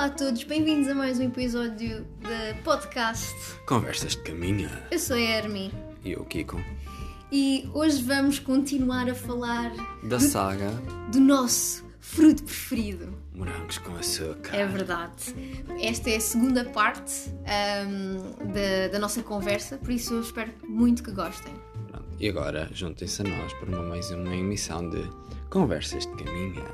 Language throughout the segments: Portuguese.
Olá a todos, bem-vindos a mais um episódio da podcast Conversas de Caminha. Eu sou a Hermi E eu, Kiko. e hoje vamos continuar a falar Da saga do nosso fruto preferido. Morangos com Açúcar. É verdade. Esta é a segunda parte da nossa conversa, por isso eu espero muito que gostem. Pronto. E agora, juntem-se a nós para mais uma emissão de Conversas de Caminha.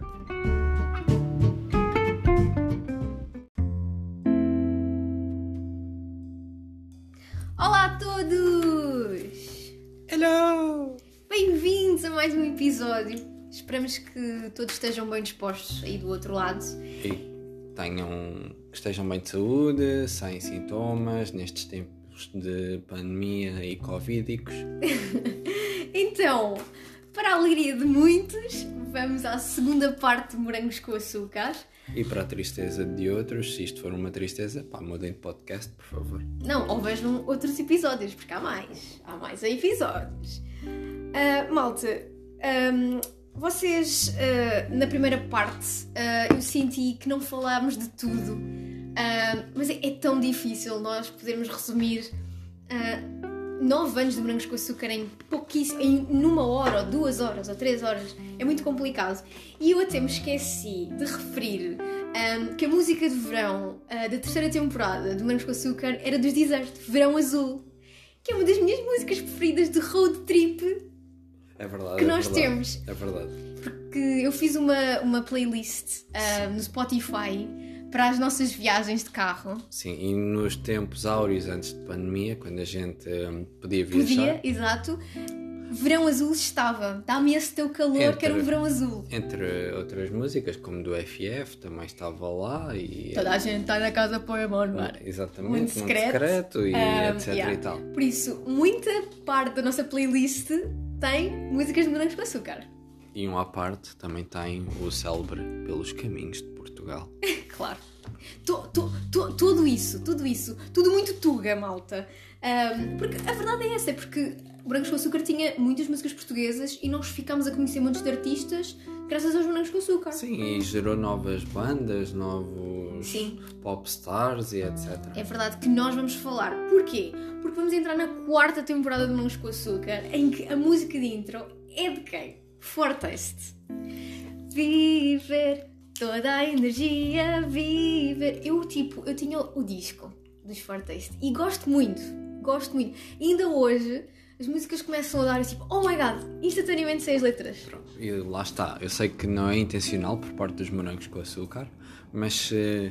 Olá a todos! Hello! Bem-vindos a mais um episódio. Esperamos que todos estejam bem dispostos aí do outro lado. E que estejam bem de saúde, sem sintomas, nestes tempos de pandemia e covídicos. Então, para a alegria de muitos, vamos à segunda parte de Morangos com Açúcar. E para a tristeza de outros, se isto for uma tristeza, mudem de podcast, por favor. Não, ou vejam outros episódios, porque há mais episódios. Malta, vocês, na primeira parte, eu senti que não falámos de tudo, mas é tão difícil nós podermos resumir 9 anos de Morangos com Açúcar em numa hora, ou 2 horas, ou 3 horas. É muito complicado. E eu até me esqueci de referir que a música de verão da terceira temporada de Morangos com Açúcar era dos Desert, Verão Azul, que é uma das minhas músicas preferidas de road trip. É verdade, que nós temos. É verdade. Porque eu fiz uma playlist no Spotify para as nossas viagens de carro. Sim, e nos tempos áureos antes de pandemia, quando a gente podia viajar... Exato. Verão Azul estava. Dá-me esse teu calor, que era um verão azul. Entre outras músicas, como do FF, também estava lá e... Toda a gente está na casa para o amor no ar. Exatamente, Muito secreto e etc e tal. Por isso, muita parte da nossa playlist tem músicas de Morangos com Açúcar. E um à parte também tem o célebre Pelos Caminhos de Portugal. Claro. Tudo isso. Tudo muito tuga, malta. Porque a verdade é essa, é porque Morangos com Açúcar tinha muitas músicas portuguesas e nós ficámos a conhecer muitos de artistas graças aos Morangos com Açúcar. Sim, e gerou novas bandas, novos popstars e etc. É verdade que nós vamos falar. Porquê? Porque vamos entrar na 4ª temporada de Morangos com Açúcar, em que a música de intro é de quem? Fortaste. Viver, toda a energia, viver. Eu tinha o disco dos Fortaste e gosto muito. E ainda hoje as músicas começam a dar tipo, oh my god, instantaneamente sei as letras. Pronto, e lá está. Eu sei que não é intencional por parte dos Morangos com Açúcar, mas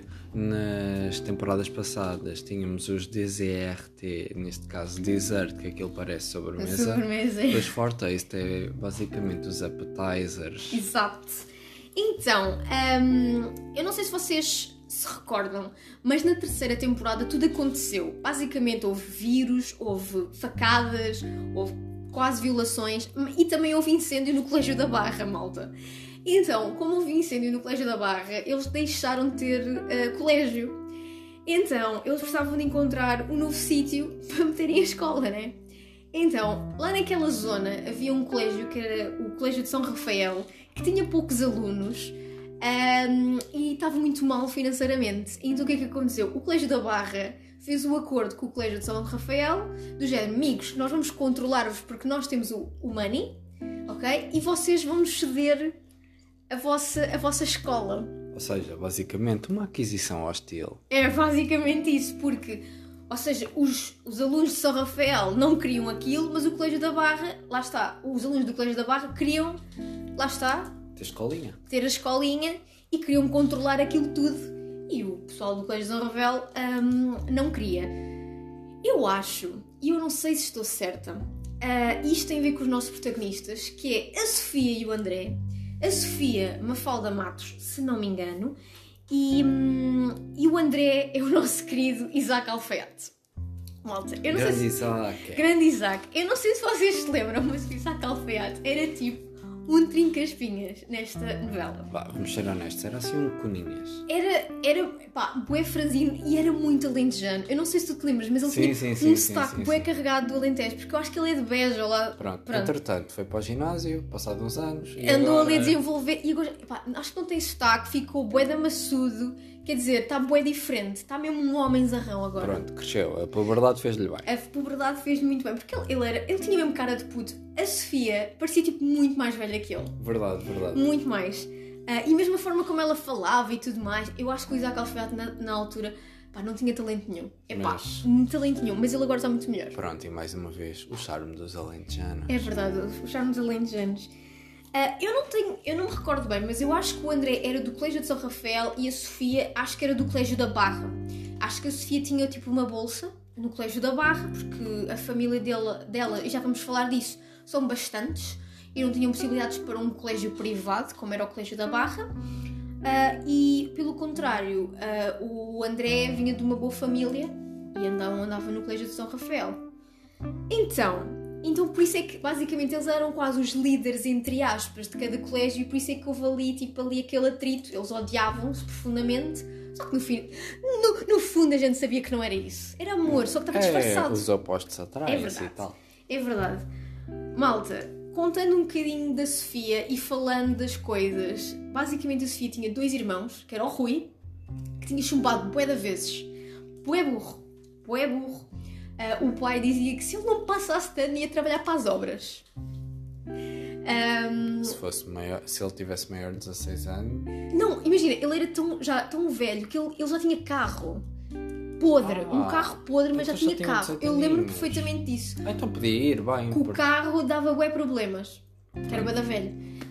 nas temporadas passadas tínhamos os DZRT, neste caso Dessert, que aquilo parece sobremesa. Os Fortaste é basicamente os appetizers. Exato. Então, eu não sei se vocês se recordam, mas na terceira temporada tudo aconteceu. Basicamente houve vírus, houve facadas, houve quase violações e também houve incêndio no Colégio da Barra, malta. Então, como houve incêndio no Colégio da Barra, eles deixaram de ter colégio. Então, eles precisavam de encontrar um novo sítio para meterem a escola, né? Então, lá naquela zona havia um colégio que era o Colégio de São Rafael, que tinha poucos alunos e estava muito mal financeiramente. Então o que é que aconteceu? O Colégio da Barra fez um acordo com o Colégio de São Rafael, do género, amigos, nós vamos controlar-vos porque nós temos o money, ok? E vocês vão nos ceder a vossa escola. Ou seja, basicamente uma aquisição hostil. É basicamente isso, porque, ou seja, os alunos de São Rafael não queriam aquilo, mas o Colégio da Barra, lá está, os alunos do Colégio da Barra queriam, lá está, ter a escolinha e queriam controlar aquilo tudo. E o pessoal do Colégio de São Rafael não queria. Eu acho, e eu não sei se estou certa, isto tem a ver com os nossos protagonistas, que é a Sofia e o André. A Sofia Mafalda Matos, se não me engano, e o André é o nosso querido Isaac Alfaiate. Malta, eu não sei se... Isaac. Grande Isaac. Eu não sei se vocês se lembram, mas o Isaac Alfaiate era tipo um trinca-espinhas nesta novela. Vá, vamos ser honestos, era assim um coninhas. Era pá, bué franzino e era muito alentejano. Eu não sei se tu te lembras, mas ele tinha um sotaque bué carregado do Alentejo, porque eu acho que ele é de Beja lá. Pronto. Entretanto, foi para o ginásio, passado uns anos. Andou ali a desenvolver e agora, pá, acho que não tem sotaque, ficou bué de amassudo. Quer dizer, está bué diferente, está mesmo um homem zarrão agora. Pronto, cresceu, a puberdade fez-lhe bem. A puberdade fez-lhe muito bem, porque ele tinha mesmo cara de puto. A Sofia parecia tipo muito mais velha que ele. Verdade. Muito mais. E mesmo a forma como ela falava e tudo mais, eu acho que o Isaac Alfeate na altura, pá, não tinha talento nenhum. Talento nenhum, mas ele agora está muito melhor. Pronto, e mais uma vez, o charme dos alentejanos. É verdade, o charme dos alentejanos. Eu não me recordo bem, mas eu acho que o André era do Colégio de São Rafael e a Sofia acho que era do Colégio da Barra. Acho que a Sofia tinha tipo uma bolsa no Colégio da Barra, porque a família dela, e já vamos falar disso, são bastantes e não tinham possibilidades para um colégio privado, como era o Colégio da Barra. E pelo contrário, o André vinha de uma boa família e andava no Colégio de São Rafael. Então por isso é que basicamente eles eram quase os líderes, entre aspas, de cada colégio, e por isso é que houve ali aquele atrito. Eles odiavam-se profundamente, só que no fundo a gente sabia que não era isso. Era amor, só que estava disfarçado. Os opostos atraem-se e tal. É verdade. Malta, contando um bocadinho da Sofia e falando das coisas, basicamente a Sofia tinha 2 irmãos, que era o Rui, que tinha chumbado bué de vezes. Bué burro. O pai dizia que se ele não passasse de ano ia trabalhar para as obras. Se ele tivesse maior de 16 anos... Não, imagina, ele era já tão velho que ele já tinha carro. Podre. Um carro podre, mas já tinha carro. Eu lembro-me perfeitamente disso. Então podia ir, bem. Que o carro dava bué problemas. Que era bué da velho.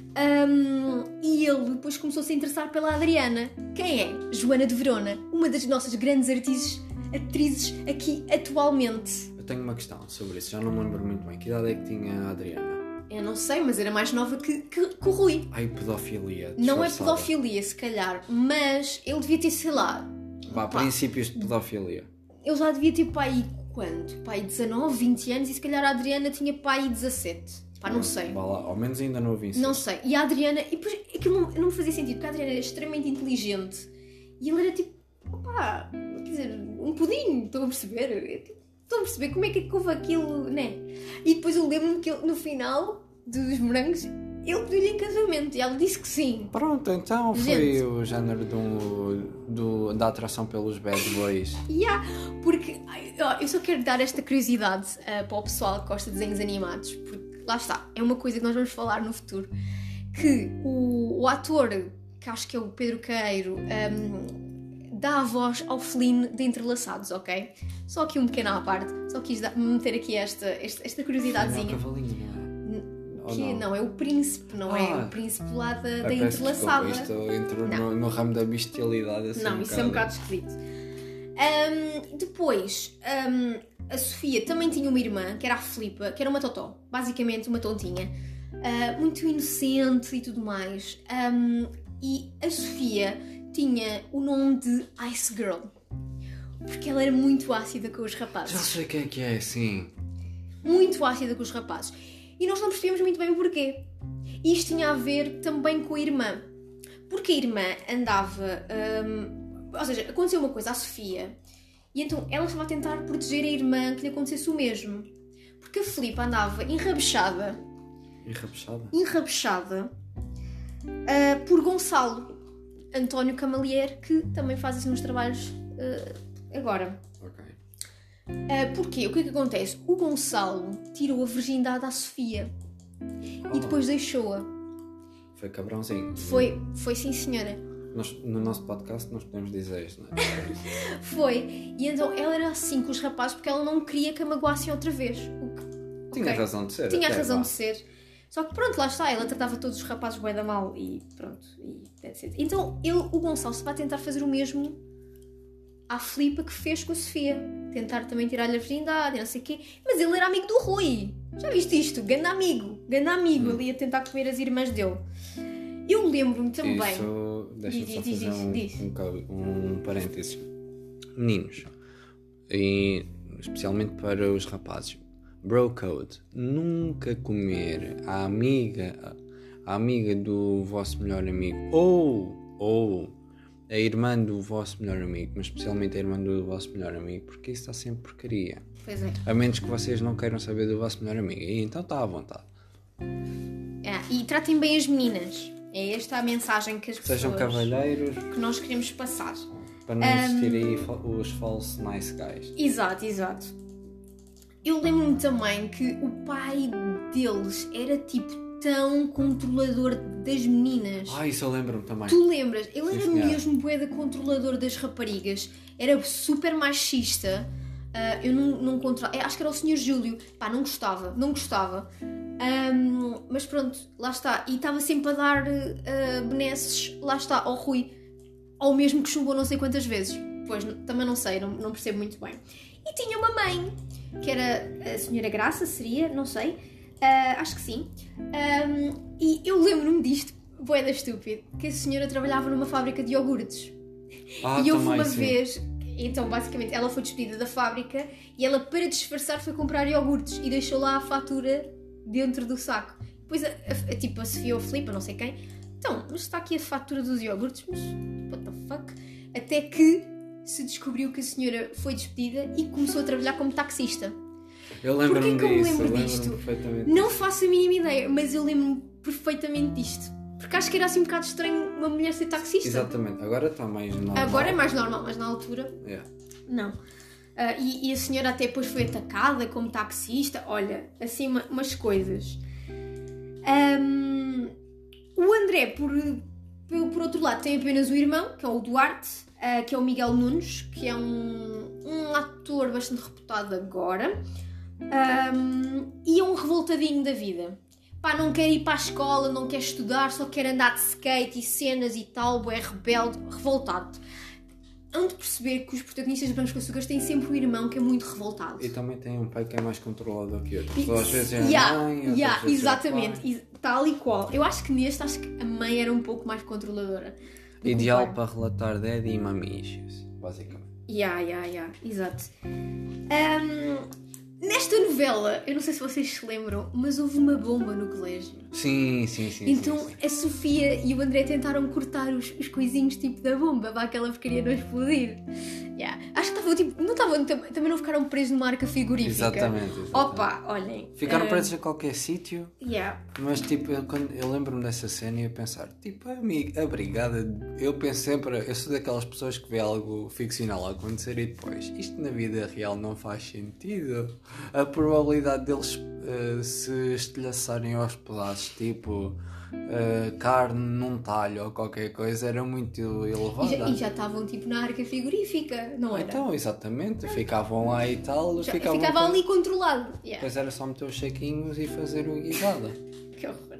E ele depois começou a se interessar pela Adriana. Quem é? Joana de Verona. Uma das nossas grandes atrizes aqui atualmente. Eu tenho uma questão sobre isso, já não me lembro muito bem. Que idade é que tinha a Adriana? Eu não sei, mas era mais nova que o Rui. Ai, pedofilia. Não é pedofilia, se calhar, mas ele devia ter, sei lá... princípios de pedofilia. Ele já devia ter pai quanto? Pai 19, 20 anos e se calhar a Adriana tinha pai 17. Não sei. Vá lá, ao menos ainda não ouvi isso. Não sei. E a Adriana... E depois, aquilo não me fazia sentido, porque a Adriana era extremamente inteligente. E ele era tipo... quer dizer, um pudim, estão a perceber? Estão a perceber como é que houve aquilo, né? E depois eu lembro-me que no final dos morangos ele pediu-lhe em casamento e ela disse que sim. Pronto, então foi o género da atração pelos bad boys. Porque eu só quero dar esta curiosidade para o pessoal que gosta de desenhos animados, porque lá está, é uma coisa que nós vamos falar no futuro, que o ator, que acho que é o Pedro Queiro, dá a voz ao Flynn de Entrelaçados, ok? Só aqui um pequeno à parte, só quis meter aqui esta curiosidadezinha. É o cavalinho, não é? Não, é o príncipe, não é? O príncipe lá da Entrelaçada. Isto entrou no ramo da bestialidade. Assim, isso é um bocado esquisito. Depois, a Sofia também tinha uma irmã, que era a Filipa, que era uma totó, basicamente uma tontinha, muito inocente e tudo mais. E a Sofia tinha o nome de Ice Girl, porque ela era muito ácida com os rapazes. Já sei quem é que é, sim. Muito ácida com os rapazes. E nós não percebíamos muito bem o porquê. E isto tinha a ver também com a irmã. Porque a irmã andava... ou seja, aconteceu uma coisa à Sofia e então ela estava a tentar proteger a irmã que lhe acontecesse o mesmo. Porque a Filipa andava enrabixada por Gonçalo António Camalier, que também faz isso nos trabalhos agora. Ok. Porquê? O que é que acontece? O Gonçalo tirou a virgindade à Sofia e depois deixou-a. Foi cabrãozinho. Foi sim, senhora. No nosso podcast nós podemos dizer isto, não é? Foi. E então ela era assim com os rapazes porque ela não queria que a magoassem outra vez. Tinha razão de ser. Tinha razão de ser. Só que pronto, lá está, ela tratava todos os rapazes bué da mal e pronto, e that's it. Então o Gonçalo se vai tentar fazer o mesmo à Filipa que fez com a Sofia. Tentar também tirar-lhe a virgindade e não sei o quê. Mas ele era amigo do Rui. Já viste isto? Ganda amigo. Ele ia tentar comer as irmãs dele. Eu lembro-me também... Isso, deixa-me só fazer um parênteses. Meninos, e especialmente para os rapazes, bro code, nunca comer a amiga a amiga do vosso melhor amigo ou a irmã do vosso melhor amigo, mas especialmente a irmã do vosso melhor amigo, porque isso está sempre porcaria. Pois é. A menos que vocês não queiram saber do vosso melhor amigo. E então está à vontade. E tratem bem as meninas. É esta a mensagem que as pessoas... Sejam cavalheiros. Que nós queremos passar. Para não existir aí os false nice guys. Exato. Eu lembro-me também que o pai deles era tipo tão controlador das meninas. Isso eu lembro-me também. Tu lembras? Ele Sim, era senhora. mesmo bué controlador das raparigas. Era super machista. Eu não controlava. Acho que era o Sr. Júlio. Pá, não gostava. Mas pronto, lá está. E estava sempre a dar benesses, lá está, ao Rui. Ou mesmo que chumbou não sei quantas vezes. Pois, também não sei, não percebo muito bem. E tinha uma mãe, que era a Senhora Graça, seria? Não sei. Acho que sim. E eu lembro-me disto, bué da estúpido, que a senhora trabalhava numa fábrica de iogurtes. E houve uma vez... Então, basicamente, ela foi despedida da fábrica e ela, para disfarçar, foi comprar iogurtes e deixou lá a fatura dentro do saco. Depois, tipo, a Sofia ou a Filipa, não sei quem, então, mas está aqui a fatura dos iogurtes, mas what the fuck? Até que se descobriu que a senhora foi despedida e começou a trabalhar como taxista. Eu lembro-me Porquê que eu me disso, lembro eu disto? lembro-me perfeitamente. Não faço a mínima ideia, mas eu lembro-me perfeitamente disto. Porque acho que era assim um bocado estranho uma mulher ser taxista. Exatamente, agora está mais normal. Agora é mais normal, mas na altura, não. E a senhora até depois foi atacada como taxista. Olha, assim umas coisas. O André, por outro lado, tem apenas o irmão, que é o Duarte, que é o Miguel Nunes, que é um ator bastante reputado agora. E é um revoltadinho da vida. Pá, não quer ir para a escola, não quer estudar, só quer andar de skate e cenas e tal, é rebelde, revoltado. Hão de perceber que os protagonistas de Brancos com Açúcar têm sempre um irmão que é muito revoltado. E também tem um pai que é mais controlador que outro. Às vezes é a mãe, outras vezes exatamente, é o pai. tal e qual. Eu acho que neste, a mãe era um pouco mais controladora. Ideal para relatar daddy e mommy issues, basicamente. Exato. Nesta novela, eu não sei se vocês se lembram, mas houve uma bomba no colégio. Sim. Então sim. a Sofia e o André tentaram cortar os coisinhos tipo da bomba para aquela porcaria não explodir. Acho que estavam tipo. Também não ficaram presos numa arca frigorífica. Exatamente. Opa, olhem. Ficaram presos a qualquer sítio. Yeah. Mas tipo, eu lembro-me dessa cena e a pensar, tipo, a brigada, eu penso sempre, eu sou daquelas pessoas que vê algo ficcional acontecer e depois, isto na vida real não faz sentido. A probabilidade deles se estilhaçarem aos pedaços, tipo, carne num talho ou qualquer coisa, era muito elevada. E já estavam tipo na arca frigorífica, não era? Então, exatamente, ficavam lá e tal. Ficava ali controlado. Depois era só meter os chequinhos e fazer o guisada. Que horror.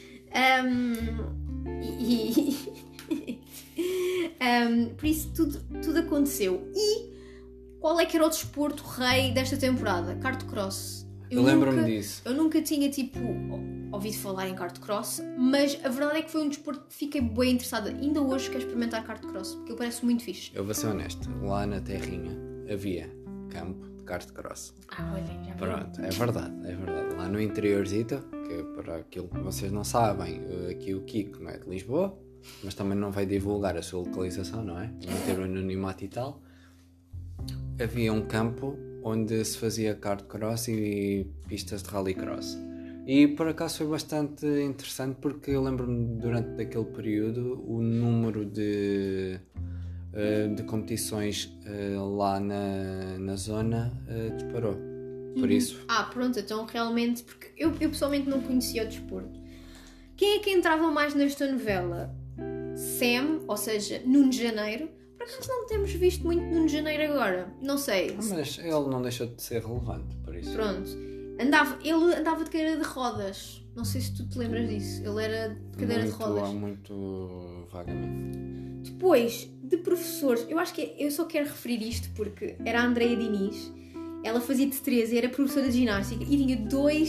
Por isso tudo aconteceu. E qual é que era o desporto rei desta temporada? Kart-cross. Eu lembro-me disso. Eu nunca tinha ouvido falar em kart-cross, mas a verdade é que foi um desporto que fiquei bem interessada. Ainda hoje quero experimentar kart-cross, porque ele parece muito fixe. Eu vou ser honesto, lá na terrinha havia campo de kart-cross. Olhem, já Pronto, é verdade. Lá no interiorzito, que para aquilo que vocês não sabem, aqui o Kiko não é de Lisboa, mas também não vai divulgar a sua localização, não é? Manter o anonimato e tal. Havia um campo onde se fazia kart-cross e pistas de rallycross. E por acaso foi bastante interessante porque eu lembro-me durante aquele período o número de competições lá na zona disparou. Por isso. Pronto, então realmente, porque eu pessoalmente não conhecia o desporto. Quem é que entrava mais nesta novela? Sam, ou seja, Nuno Janeiro. Por acaso não temos visto muito Nuno Janeiro agora? Não sei. Mas ele não deixou de ser relevante, por isso. Pronto. Ele andava de cadeira de rodas. Não sei se tu te lembras disso. Ele era de cadeira de rodas. Muito vagamente. Depois, de professores, eu acho que eu só quero referir isto porque era a Andreia Diniz. Ela fazia de 13, era professora de ginástica e tinha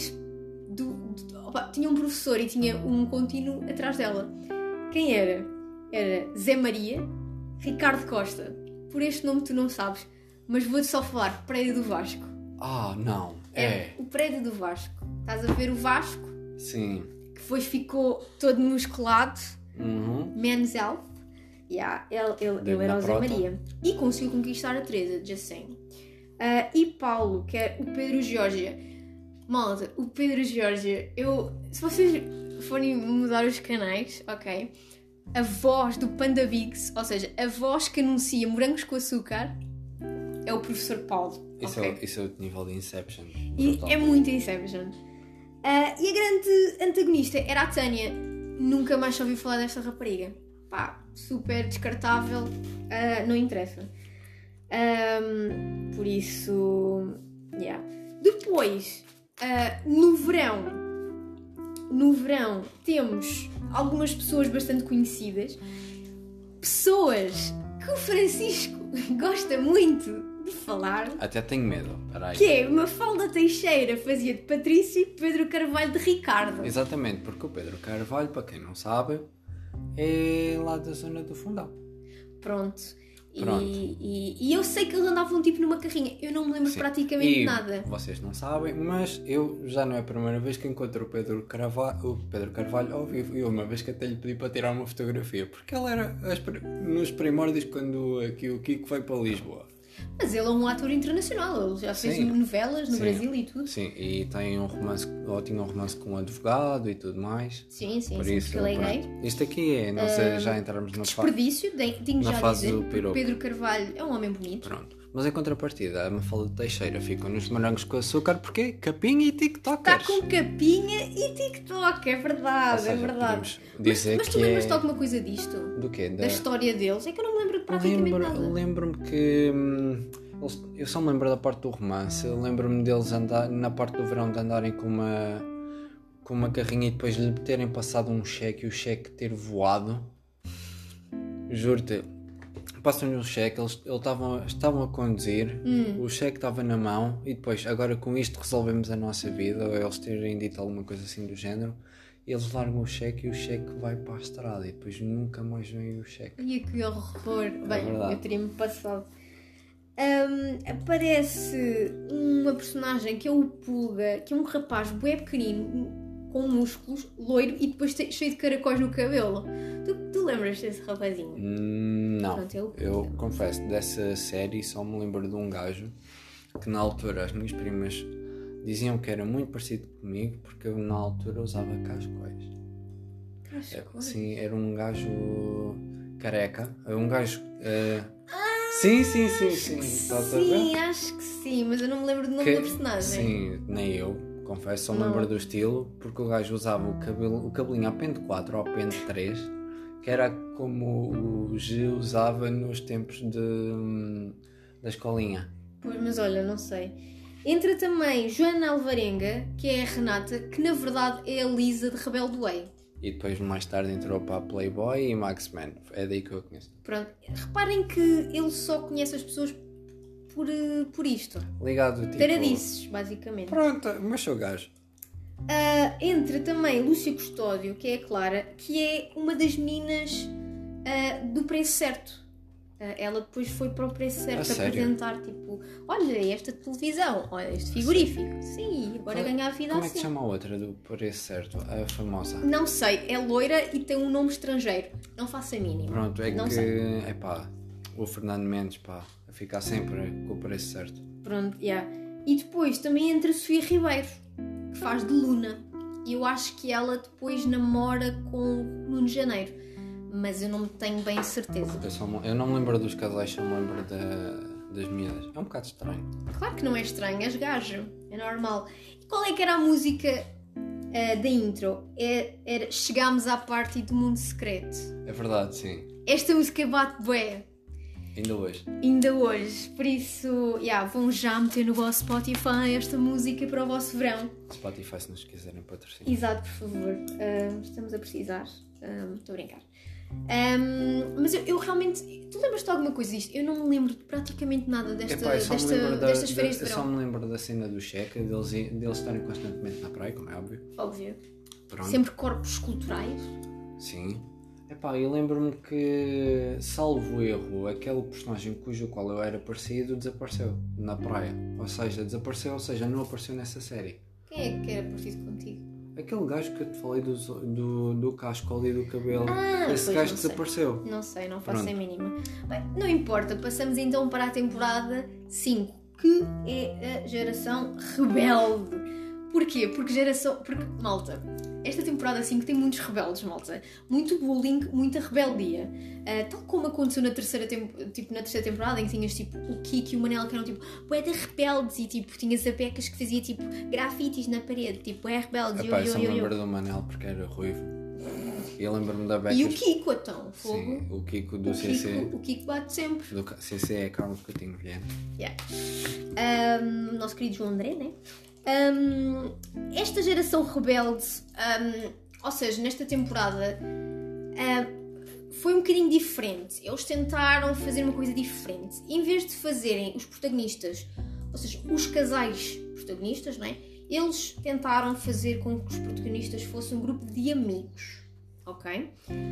tinha um professor e tinha um contínuo atrás dela. Quem era? Era Zé Maria, Ricardo Costa. Por este nome tu não sabes, mas vou-te só falar Prédio do Vasco. Não. É. O Prédio do Vasco. Estás a ver o Vasco? Sim. que depois ficou todo musculado. Uhum. Men's Health. Yeah, ele era o Zé Maria. E conseguiu conquistar a Teresa, just saying. E Paulo, que é o Pedro Giorgia. Malta, o Pedro Giorgia, se vocês forem mudar os canais, ok? A voz do Panda Bigs, ou seja, a voz que anuncia morangos com açúcar, é o professor Paulo. Isso, okay? Isso é outro nível de Inception. E é muito Inception. E a grande antagonista era a Tânia. Nunca mais ouvi falar desta rapariga. Pá, super descartável, não interessa. Por isso, yeah. Depois, no verão temos algumas pessoas bastante conhecidas, pessoas que o Francisco gosta muito de falar. Até tenho medo, peraí. Que é Mafalda Teixeira fazia de Patrícia e Pedro Carvalho de Ricardo. Exatamente, porque o Pedro Carvalho, para quem não sabe, é lá da zona do Fundão. Pronto. E eu sei que eles andavam tipo numa carrinha. Eu não me lembro praticamente de nada. Vocês não sabem, mas eu já não é a primeira vez que encontro o Pedro Carvalho ao vivo. E uma vez que até lhe pedi para tirar uma fotografia, porque ele era nos primórdios quando aqui o Kiko veio para Lisboa. Mas ele é um ator internacional, ele já fez novelas no Brasil e tudo. Sim, e tem um romance, ou tinha um romance com um advogado e tudo mais. Sim, por isso, porque ele é gay. Isto aqui é, não sei, já entramos na desperdício, tenho já fase dizer, do piropo. Pedro Carvalho é um homem bonito. Pronto. Mas em contrapartida, a Mafalda Teixeira ficou nos morangos com açúcar porque capinha e tiktokers. Está com capinha e tiktok, é verdade, seja, é verdade. Mas tu lembras-te alguma coisa disto? Do quê? Da história deles? É que eu não me lembro de praticamente nada. Lembro-me que... eu só me lembro da parte do romance. Eu lembro-me deles na parte do verão de andarem com uma carrinha e depois lhe terem passado um cheque e o cheque ter voado. Juro-te. Passam-lhe um cheque, eles estavam a conduzir, o cheque estava na mão e depois, agora com isto resolvemos a nossa vida, ou eles terem dito alguma coisa assim do género, eles largam o cheque e o cheque vai para a estrada e depois nunca mais vem o cheque. Ai, que horror! Bem, verdade. eu teria-me passado. Aparece uma personagem que é o Pulga, que é um rapaz bué pequenino, com músculos, loiro e depois cheio de caracóis no cabelo. Tu lembras desse rapazinho? Não. Pronto, eu confesso, dessa série só me lembro de um gajo que na altura as minhas primas diziam que era muito parecido comigo porque eu na altura usava cascóis. Cascóis? Sim, era um gajo careca. Um gajo... Sim. Estás a ver? Sim, acho que sim, mas eu não me lembro do nome da personagem. Sim, nem eu, confesso, só me lembro do estilo, porque o gajo usava o cabelinho a pente 4 ou a pente 3, que era como o G usava nos tempos da escolinha. Pois, mas olha, não sei. Entra também Joana Alvarenga, que é a Renata, que na verdade é a Lisa de Rebelde Way. E depois mais tarde entrou para a Playboy e Max Man. É daí que eu conheço. Pronto, reparem que ele só conhece as pessoas por isto. Ligado, tipo... Taradices, basicamente. Pronto, mas sou gajo. Entra também Lúcia Custódio, que é a Clara, que é uma das meninas do Preço Certo. Ela depois foi para o Preço Certo apresentar, tipo, olha, esta televisão, olha, este frigorífico. Sim, agora ganha a vida como assim. Como é que se chama a outra do Preço Certo? A famosa? Não sei, é loira e tem um nome estrangeiro. Não faço a mínima. Pronto, é não que, sei. O Fernando Mendes, a ficar sempre com o Preço Certo. Pronto, yeah. E depois também entra a Sofia Ribeiro, que faz de Luna. E eu acho que ela depois namora com o Nuno Janeiro. Mas eu não tenho bem certeza. Eu não me lembro dos casais, só me lembro das miúdas. É um bocado estranho. Claro que não é estranho, és gajo. É normal. E qual é que era a música da intro? Era Chegámos à Party do Mundo Secreto. É verdade, sim. Esta música bate bué. Ainda hoje. Por isso, vão já meter no vosso Spotify esta música para o vosso verão. Spotify, se nos quiserem patrocinar. Exato, por favor. Estamos a precisar. Estou a brincar. Mas eu realmente... Tu lembras-te de alguma coisa disto? Eu não me lembro de praticamente nada destas férias de verão. Eu só me lembro da cena do cheque, deles estarem constantemente na praia, como é óbvio. Óbvio. Pronto. Sempre corpos culturais. Sim. Eu lembro-me que, salvo erro, aquele personagem cujo qual eu era parecido desapareceu na praia. Ou seja, não apareceu nessa série. Quem é que era parecido contigo? Aquele gajo que eu te falei do cascol e do cabelo. Esse pois, gajo não sei. desapareceu. Não sei, não faço a Pronto. mínima. Bem, não importa, passamos então para a temporada 5, que é a geração rebelde. Porquê? Porque malta, esta temporada 5 tem muitos rebeldes, malta. Muito bullying, muita rebeldia. Tal como aconteceu na terceira temporada, em que tinhas tipo o Kiki e o Manel, que eram tipo bué de rebeldes, e tipo tinhas a Becas que fazia tipo grafites na parede, tipo é rebeldes. Epá, eu só me lembro do Manel porque era ruivo. E eu lembro-me da Becas. E o Kiko, então, fogo. Sim, o Kiko do CC. O Kiko bate sempre. Do CC é Carlos Coutinho Vilhena. Yeah. Nosso querido João André, né? Esta geração rebelde, ou seja, nesta temporada, foi um bocadinho diferente. Eles tentaram fazer uma coisa diferente. Em vez de fazerem os protagonistas, ou seja, os casais protagonistas, não é? Eles tentaram fazer com que os protagonistas fossem um grupo de amigos, ok?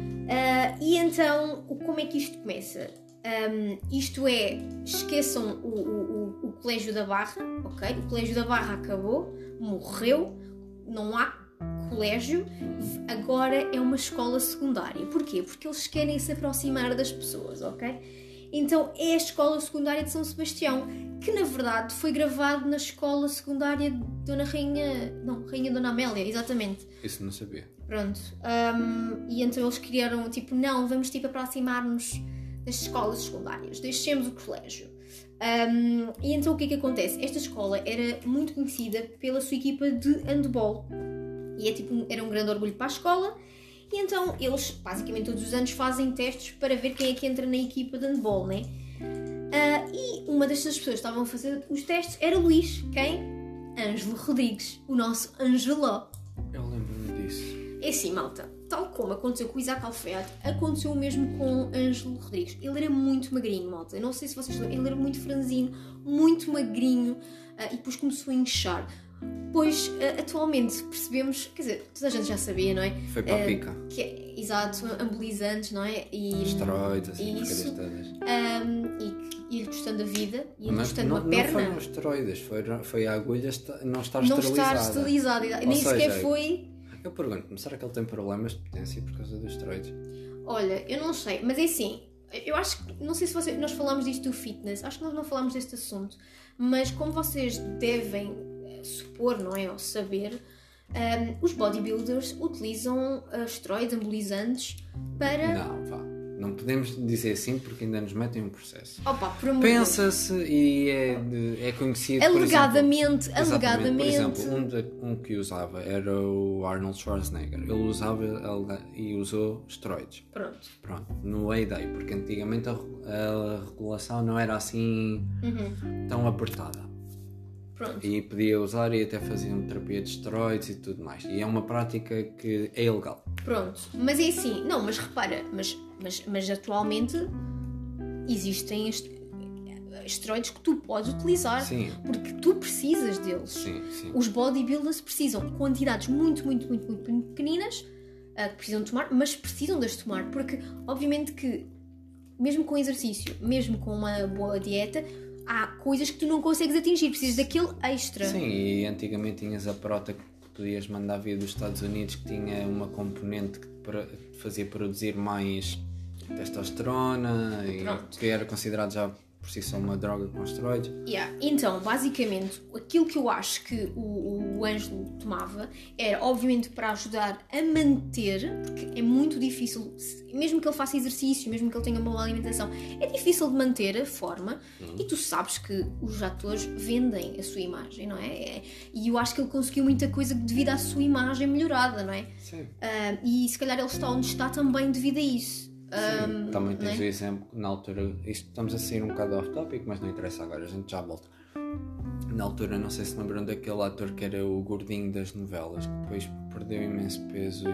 E então, como é que isto começa? Isto é, esqueçam o Colégio da Barra, ok? O Colégio da Barra acabou, morreu, não há colégio, agora é uma escola secundária. Porquê? Porque eles querem se aproximar das pessoas, ok? Então é a escola secundária de São Sebastião, que na verdade foi gravado na escola secundária de Rainha Dona Amélia, exatamente. Isso não sabia. Pronto. E então eles criaram, tipo, não, vamos tipo aproximar-nos das escolas secundárias, deixemos o colégio. E então o que é que acontece? Esta escola era muito conhecida pela sua equipa de handball. E era um grande orgulho para a escola. E então eles, basicamente todos os anos, fazem testes para ver quem é que entra na equipa de handball, né? E uma destas pessoas que estavam a fazer os testes era o Luís. Quem? Ângelo Rodrigues, o nosso Angeló. Eu lembro-me disso. É assim, malta. Tal como aconteceu com o Isaac Alfeate, aconteceu o mesmo com Ângelo Rodrigues. Ele era muito magrinho, malta. Eu não sei se vocês lembram, ele era muito franzino, muito magrinho, e depois começou a inchar. Pois, atualmente percebemos, quer dizer, toda a gente já sabia, não é? Foi para a pica. Exato, anabolizantes, não é? E esteroides, assim, isso, todas. E lhe custando a vida, e lhe Mas custando uma perna. Não foram esteroides, foi a agulha não estar não esterilizada. Estar esterilizada. Nem sequer foi... Eu pergunto-me, será que ele tem problemas de potência por causa dos esteroides? Olha, eu não sei, mas é assim, eu acho que, não sei se nós falamos disto do fitness, acho que nós não falamos deste assunto, mas como vocês devem supor, não é, ou saber, os bodybuilders utilizam esteroides anabolizantes para... Não, vá. Não podemos dizer assim porque ainda nos metem um processo. Opa, por amor de Deus. Pensa-se e é conhecido, alegadamente, por exemplo, alegadamente. Por exemplo, um que usava era o Arnold Schwarzenegger. Ele usava e usou esteroides. Pronto. No Heyday, porque antigamente a regulação não era assim tão apertada. Pronto. E podia usar e até faziam terapia de esteroides e tudo mais. E é uma prática que é ilegal. Pronto, mas é assim, não, mas repara, mas atualmente existem esteroides que tu podes utilizar. Sim. Porque tu precisas deles. Sim. Os bodybuilders precisam de quantidades muito pequeninas que precisam de tomar, mas precisam de as tomar, porque obviamente que mesmo com exercício, mesmo com uma boa dieta, há coisas que tu não consegues atingir, precisas daquele extra. Sim, e antigamente tinhas a prota que podias mandar vir dos Estados Unidos, que tinha uma componente que te fazia produzir mais testosterona e que era considerado já por si só uma droga com esteroides. Então, basicamente, aquilo que eu acho que o Ângelo tomava era, obviamente, para ajudar a manter, porque é muito difícil, mesmo que ele faça exercício, mesmo que ele tenha uma boa alimentação, é difícil de manter a forma, e tu sabes que os atores vendem a sua imagem, não é? E eu acho que ele conseguiu muita coisa devido à sua imagem melhorada, não é? Sim. E se calhar ele está onde está também devido a isso. Sim, também tens o exemplo, na altura, estamos a sair um bocado off-topic, mas não interessa agora, a gente já volta. Na altura, não sei se lembram daquele ator que era o gordinho das novelas, que depois perdeu imenso peso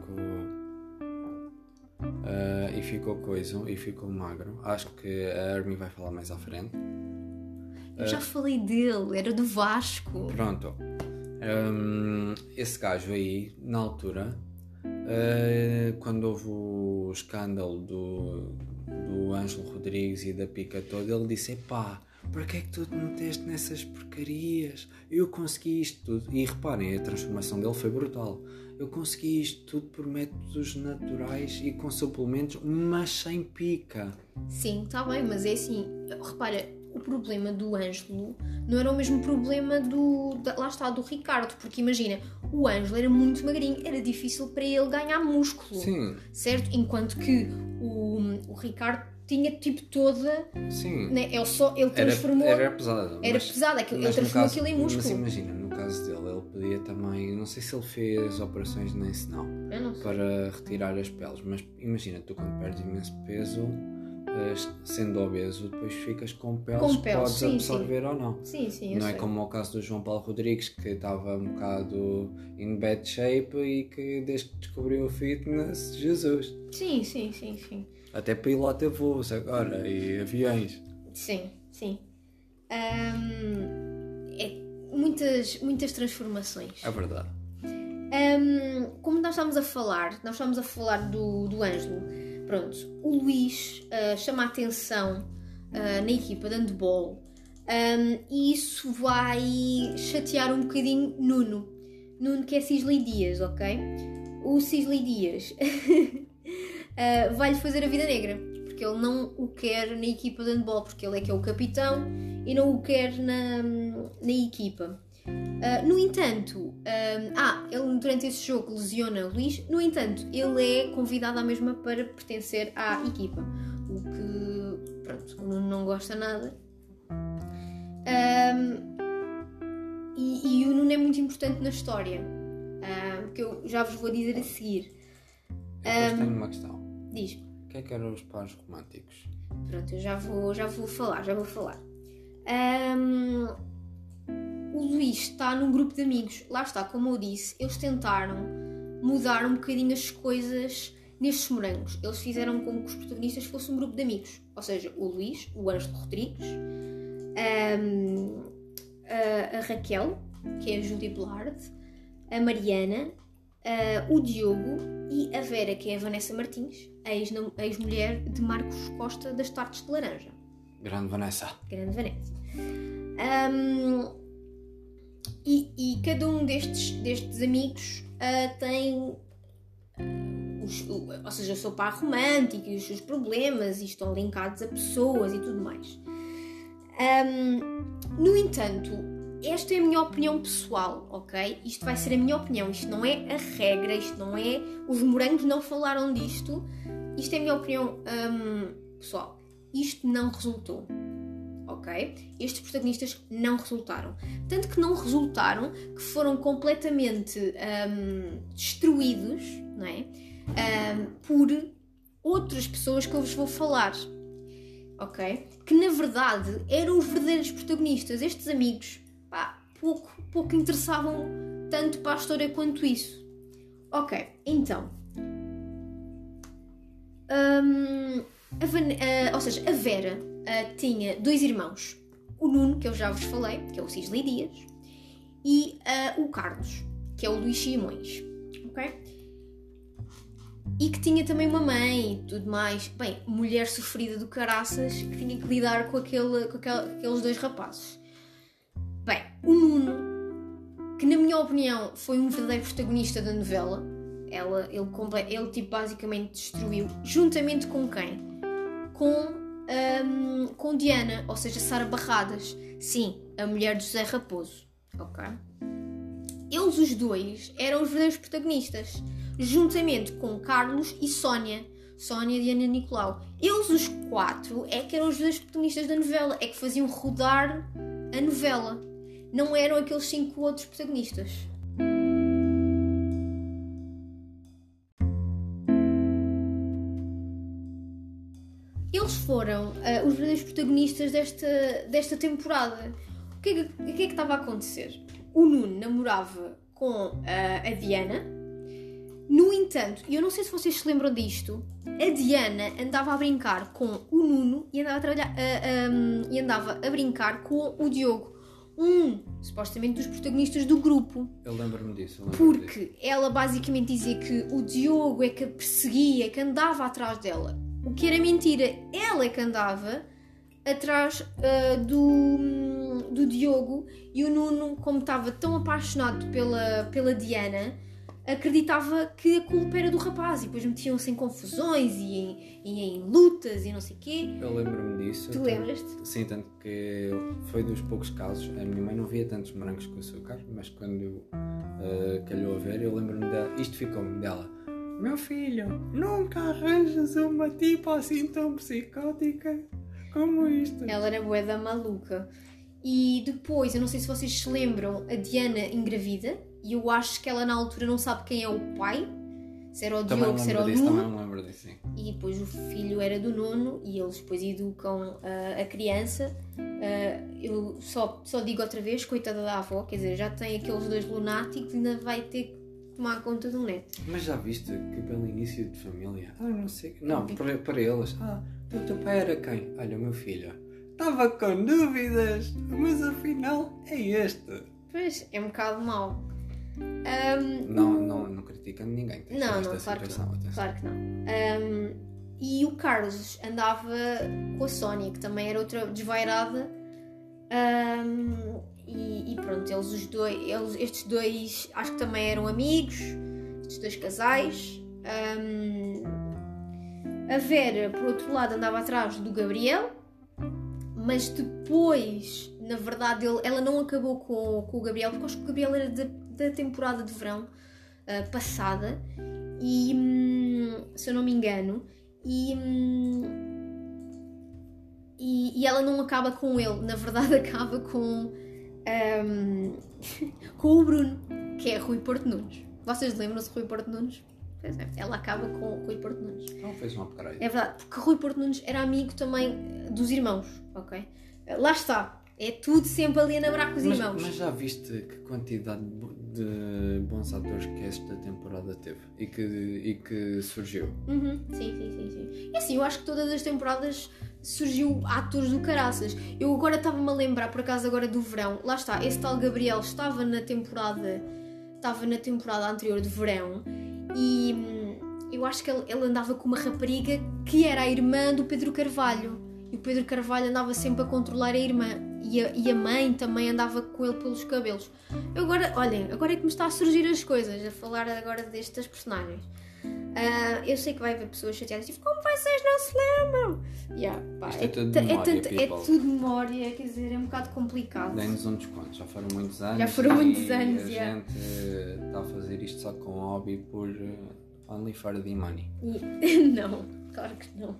e ficou magro. Acho que a Armin vai falar mais à frente. Eu já falei dele, era do Vasco. Pronto. Esse gajo aí, na altura... quando houve o escândalo do Ângelo Rodrigues e da pica toda, ele disse, epá, para que é que tu te meteste nessas porcarias? Eu consegui isto tudo. E reparem, a transformação dele foi brutal. Eu consegui isto tudo por métodos naturais e com suplementos, mas sem pica. Sim, está bem, mas é assim, repara, o problema do Ângelo não era o mesmo problema lá está, do Ricardo, porque imagina, o Ângelo era muito magrinho, era difícil para ele ganhar músculo, Sim. certo? Enquanto que o Ricardo tinha tipo toda, Sim. Né? Ele transformou... Era pesado. Ele transformou aquilo em músculo. Mas imagina, no caso dele, ele podia também, não sei se ele fez operações nem se não, para retirar as peles, mas imagina, tu quando perdes imenso peso, sendo obeso, depois ficas com peles que podes sim, absorver sim. ou não. Sim, não é como o caso do João Paulo Rodrigues, que estava um bocado in bad shape e que desde que descobriu o fitness, Jesus. Sim. Até pilota voos agora e aviões. Sim. Muitas transformações. É verdade. Como nós estávamos a falar do Ângelo. Pronto, o Luís chama a atenção na equipa de handball e isso vai chatear um bocadinho Nuno, que é Cisley Dias, ok? O Cisley Dias vai-lhe fazer a vida negra, porque ele não o quer na equipa de handball, porque ele é que é o capitão e não o quer na equipa. No entanto, ele durante esse jogo lesiona o Luís. No entanto, ele é convidado à mesma para pertencer à equipa, o que, pronto, o Nuno não gosta nada. E o Nuno é muito importante na história, que eu já vos vou dizer a seguir. Eu tenho uma questão. Diz. O que é que eram os pares românticos? Pronto, eu já vou falar. O Luís está num grupo de amigos. Lá está, como eu disse, eles tentaram mudar um bocadinho as coisas nestes morangos. Eles fizeram com que os protagonistas fossem um grupo de amigos. Ou seja, o Luís, o Ângelo Rodrigues, a Raquel, que é a Júlia Belard, a Mariana, o Diogo e a Vera, que é a Vanessa Martins, a ex-mulher de Marcos Costa das Tartes de Laranja. Grande Vanessa. E cada um destes amigos tem ou seja, o seu par romântico e os seus problemas e estão linkados a pessoas e tudo mais. No entanto, esta é a minha opinião pessoal, ok? Isto vai ser a minha opinião, isto não é a regra, isto não é... Os morangos não falaram disto, isto é a minha opinião pessoal. Isto não resultou. Ok? Estes protagonistas não resultaram. Tanto que não resultaram, que foram completamente destruídos, não é? Por outras pessoas que eu vos vou falar. Ok? Que na verdade eram os verdadeiros protagonistas. Estes amigos, pouco interessavam tanto para a história quanto isso. Ok, então... ou seja, a Vera tinha 2 irmãos, o Nuno, que eu já vos falei, que é o Cisley Dias, e o Carlos, que é o Luís Simões, ok? E que tinha também uma mãe e tudo mais, bem, mulher sofrida do caraças, que tinha que lidar com aqueles 2 rapazes. Bem, o Nuno, que na minha opinião foi um verdadeiro protagonista da novela, ele tipo, basicamente destruiu, juntamente com quem? Com Diana, ou seja, Sara Barradas. Sim, a mulher de José Raposo. Ok? Eles os 2 eram os verdadeiros protagonistas, juntamente com Carlos e Sónia, Diana e Nicolau. Eles os 4 é que eram os verdadeiros protagonistas da novela, é que faziam rodar a novela. Não eram aqueles 5 outros protagonistas. Eles foram os verdadeiros protagonistas desta temporada. O que é que estava a acontecer? O Nuno namorava com a Diana. No entanto, eu não sei se vocês se lembram disto, a Diana andava a brincar com o Nuno e andava a brincar com o Diogo, supostamente dos protagonistas do grupo. Eu lembro-me disso. Porque ela basicamente dizia que o Diogo é que a perseguia, que andava atrás dela. O que era mentira, ela é que andava atrás do Diogo, e o Nuno, como estava tão apaixonado pela Diana, acreditava que a culpa era do rapaz, e depois metiam-se em confusões e em lutas e não sei o quê. Eu lembro-me disso. Tu lembras-te? Sim, tanto que foi dos poucos casos. A minha mãe não via tantos morangos com açúcar, mas quando calhou a ver, eu lembro-me dela. Isto ficou-me dela: meu filho, nunca arranjas uma tipa assim tão psicótica como isto. Ela era bué da maluca. E depois, eu não sei se vocês se lembram, a Diana engravida, e eu acho que ela na altura não sabe quem é o pai, se era o Diogo, se era o Nuno. Também não lembro disso, sim. E depois o filho era do Nuno, e eles depois educam a criança. Eu só digo outra vez, coitada da avó, quer dizer, já tem aqueles 2 lunáticos e ainda vai ter que tomar conta do neto. Mas já viste que pelo início de família, não sei, não, para eles, o teu pai era quem? Olha, o meu filho estava com dúvidas, mas afinal é este. Pois, é um bocado mau. Não criticando ninguém. Não, claro que não. E o Carlos andava com a Sónia, que também era outra desvairada. E pronto, estes dois acho que também eram amigos, estes 2 casais. A Vera, por outro lado, andava atrás do Gabriel, mas depois, na verdade, ela não acabou com o Gabriel, porque acho que o Gabriel era da temporada de verão passada, e se eu não me engano, e ela não acaba com ele, na verdade acaba com o Bruno, que é Rui Porto Nunes. Vocês lembram-se de Rui Porto Nunes? Pois é, ela acaba com Rui Porto Nunes. Não fez uma caralho. É verdade, porque Rui Porto Nunes era amigo também dos irmãos, ok? Lá está, é tudo sempre ali a namorar com os irmãos. Mas já viste que quantidade de bons atores que esta temporada teve e que surgiu? Sim. E assim, eu acho que todas as temporadas surgiu atores do caraças. Eu agora estava-me a lembrar, por acaso, agora do verão. Lá está, esse tal Gabriel estava na temporada anterior de verão, e eu acho que ele andava com uma rapariga que era a irmã do Pedro Carvalho, e o Pedro Carvalho andava sempre a controlar a irmã, e a mãe também andava com ele pelos cabelos. Agora é que me está a surgir as coisas, a falar agora destas personagens. Eu sei que vai haver pessoas chateadas, tipo, como vocês não se lembram? É tudo memória, quer dizer, é um bocado complicado. Dê-nos um desconto, já foram muitos anos. A gente está a fazer isto só com hobby por only for the money. Não, claro que não.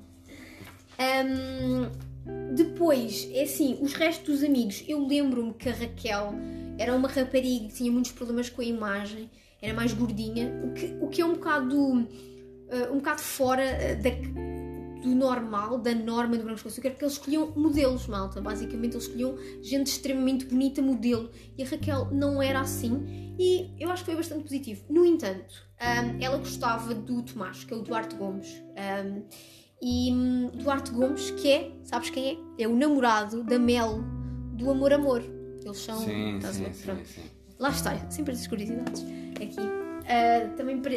Depois, é assim, os restos dos amigos, eu lembro-me que a Raquel era uma rapariga que tinha muitos problemas com a imagem, era mais gordinha, o que é um bocado fora do normal, da norma do Brancos com Açúcar, porque eles escolhiam modelos, malta. Basicamente eles escolhiam gente extremamente bonita, modelo, e a Raquel não era assim, e eu acho que foi bastante positivo. No entanto, ela gostava do Tomás, que é o Duarte Gomes, e Duarte Gomes, que é, sabes quem é? É o namorado da Mel, do Amor Amor. Eles são... Sim. Lá está, sempre essas curiosidades aqui. Também para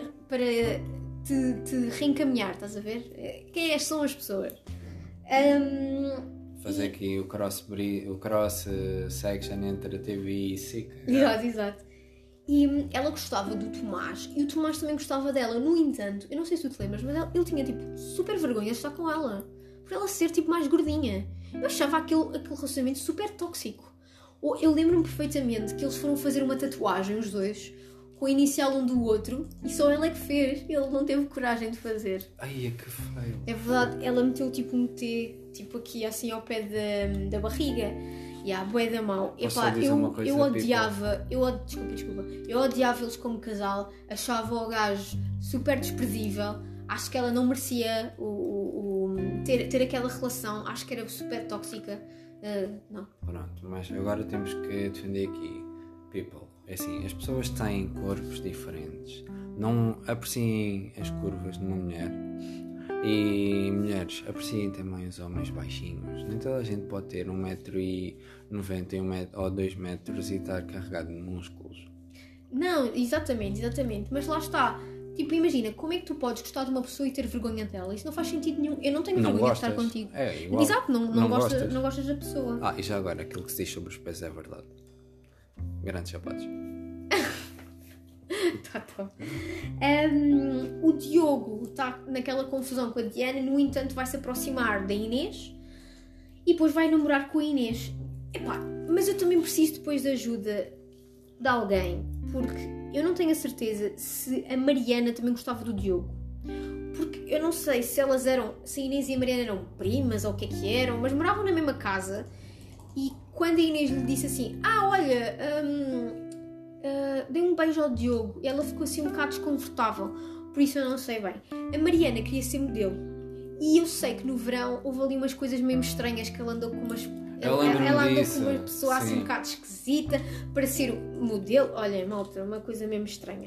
te reencaminhar, estás a ver? Quem são as pessoas? Fazer aqui o cross section entre a TV e SIC. Exato. E ela gostava do Tomás, e o Tomás também gostava dela. No entanto, eu não sei se tu te lembras, mas ele tinha tipo super vergonha de estar com ela, por ela ser tipo mais gordinha. Eu achava aquele relacionamento super tóxico. Eu lembro-me perfeitamente que eles foram fazer uma tatuagem, os dois, com a inicial um do outro, e só ele é que fez. Ele não teve coragem de fazer. Ai, é que feio. É verdade, ela meteu tipo um T tipo aqui assim ao pé da barriga. E a bué da mão. Eu odiava, desculpa. Eu odiava eles como casal, achava o gajo super desprezível. Acho que ela não merecia ter aquela relação, acho que era super tóxica. Não. Pronto, mas agora temos que defender aqui, people. É assim, as pessoas têm corpos diferentes. Não apreciem as curvas de uma mulher. E mulheres, apreciem também os homens baixinhos. Nem toda a gente pode ter 1,90m ou 2 metros e estar carregado de músculos. Não, exatamente. Mas lá está. Tipo, imagina, como é que tu podes gostar de uma pessoa e ter vergonha dela? Isso não faz sentido nenhum. Eu não tenho vergonha de estar contigo. É igual. Exato, não gostas da pessoa. E já agora, aquilo que se diz sobre os pés é verdade. Grandes sapatos. Tá. O Diogo está naquela confusão com a Diana, no entanto vai se aproximar da Inês e depois vai namorar com a Inês. Epá, mas eu também preciso depois de ajuda de alguém, porque eu não tenho a certeza se a Mariana também gostava do Diogo. Porque eu não sei se elas eram, se a Inês e a Mariana eram primas ou o que é que eram, mas moravam na mesma casa. E quando a Inês lhe disse assim, olha, dei um beijo ao Diogo, e ela ficou assim um bocado desconfortável, por isso eu não sei bem. A Mariana queria ser modelo, e eu sei que no verão houve ali umas coisas mesmo estranhas, que ela andou com umas... Ela andou com uma pessoa assim um bocado esquisita para ser modelo. Olha, malta, uma coisa mesmo estranha.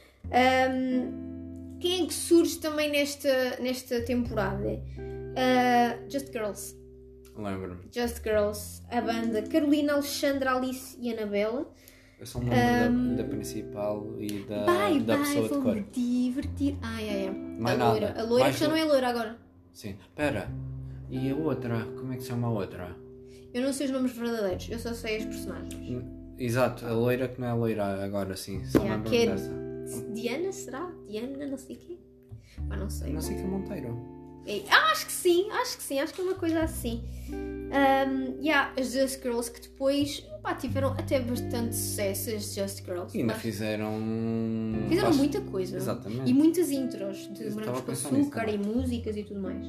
Quem é que surge também nesta temporada? Just Girls. Lembro-me. Just Girls, a banda Carolina, Alexandra, Alice e Anabela. Eu só me lembro da principal e da pessoa de cor. Divertir. Mais a loira. nada. A loira que já não é loira agora. Sim. Espera. E a outra? Como é que se chama a outra? Eu não sei os nomes verdadeiros, eu só sei as personagens. Exato, a loira que não é loira agora, sim. Só lembro que é dessa. Diana, será? Diana, não sei o quê. Não sei. Não sei que é Monteiro. Acho que sim, acho que é uma coisa assim. As Just Girls, que depois tiveram até bastante sucesso, as Just Girls. E ainda fizeram muita coisa. Exatamente. E muitas intros de Morangos com Açúcar e músicas e tudo mais.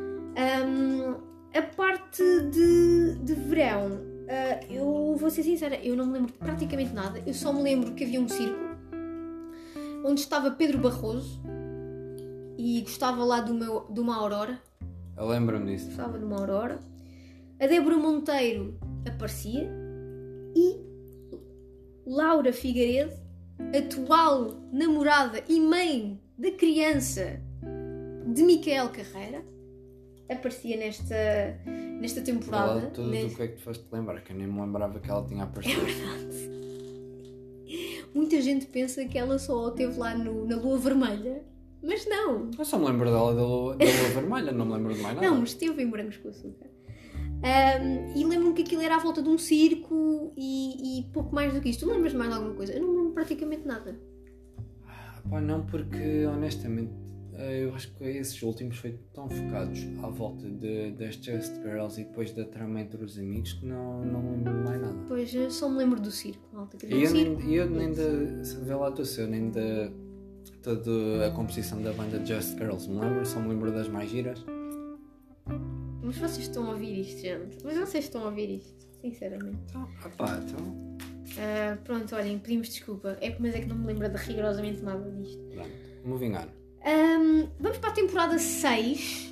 A parte de verão, eu vou ser sincera, eu não me lembro praticamente nada. Eu só me lembro que havia um circo onde estava Pedro Barroso e gostava lá de uma Aurora. Eu lembro-me disso. Gostava de uma Aurora. A Débora Monteiro aparecia e Laura Figueiredo, atual namorada e mãe da criança de Micael Carreira, aparecia nesta temporada. Tudo o que é que tu foste lembrar, que eu nem me lembrava que ela tinha aparecido. É verdade. Muita gente pensa que ela só esteve lá na Lua Vermelha, mas não. Eu só me lembro dela da Lua Vermelha, não me lembro de mais nada. Não, mas esteve em Morangos com Açúcar. E lembro-me que aquilo era à volta de um circo e pouco mais do que isto. Tu lembras mais de alguma coisa? Eu não me lembro praticamente nada. Não, porque honestamente eu acho que esses últimos foi tão focados à volta das Just Girls e depois da trama entre os amigos que não me lembro de mais nada. Pois, eu só me lembro do circo, malta. E eu nem vê lá do seu, nem de toda a composição da banda Just Girls me lembro, só me lembro das mais giras. Mas vocês estão a ouvir isto, gente? Mas vocês estão a ouvir isto, sinceramente. Então... pronto, olhem, pedimos desculpa. Mas é que não me lembro de rigorosamente nada disto. Pronto, moving on. Vamos para a temporada 6.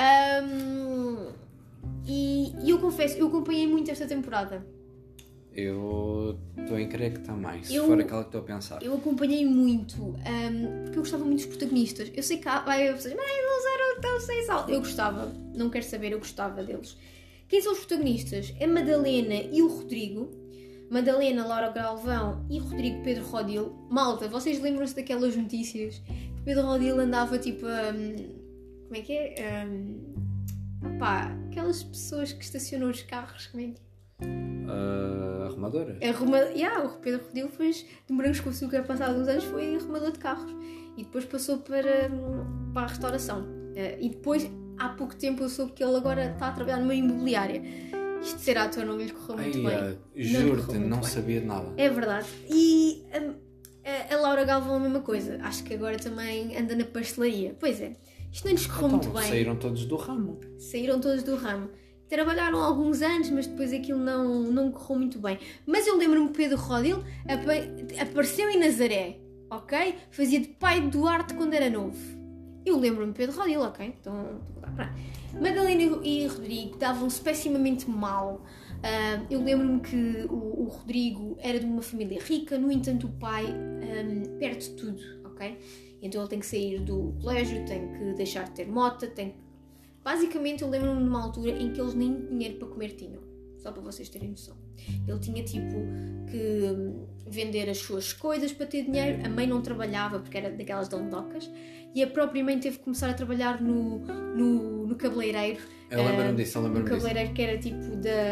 E eu confesso, eu acompanhei muito esta temporada. Eu estou em crer que também, se for aquela que estou a pensar. Eu acompanhei muito, porque eu gostava muito dos protagonistas. Eu sei que vai vocês, mas eles eram tão sem sal. Eu gostava, não quero saber, eu gostava deles. Quem são os protagonistas? A Madalena e o Rodrigo. Madalena, Laura Galvão e Rodrigo Pedro Rodil. Malta, vocês lembram-se daquelas notícias que Pedro Rodil andava tipo como é que é? Aquelas pessoas que estacionam os carros, como é que é? Arrumadoras? O Pedro Rodil fez de Morangos com Açúcar, passados uns anos foi arrumador de carros e depois passou para a restauração. E depois, há pouco tempo, eu soube que ele agora está a trabalhar numa imobiliária. Isto de ser ator não lhe correu muito bem. Juro-te, não sabia de nada. É verdade. E a Laura Galvão a mesma coisa. Acho que agora também anda na pastelaria. Pois é, isto não lhes correu muito bem. Saíram todos do ramo. Trabalharam alguns anos, mas depois aquilo não correu muito bem. Mas eu lembro-me que Pedro Rodil apareceu em Nazaré, ok? Fazia de pai de Duarte quando era novo. Eu lembro-me de Pedro Rodil, ok? Então, Madalena e Rodrigo davam-se pessimamente mal. Eu lembro-me que o Rodrigo era de uma família rica, no entanto o pai perde tudo, ok? Então ele tem que sair do colégio, tem que deixar de ter moto, Basicamente, eu lembro-me de uma altura em que eles nem dinheiro para comer tinham. Só para vocês terem noção. Ele tinha tipo que vender as suas coisas para ter dinheiro. A mãe não trabalhava porque era daquelas dondocas. E a própria mãe teve que começar a trabalhar no cabeleireiro. Eu lembro-me disso. No cabeleireiro que era tipo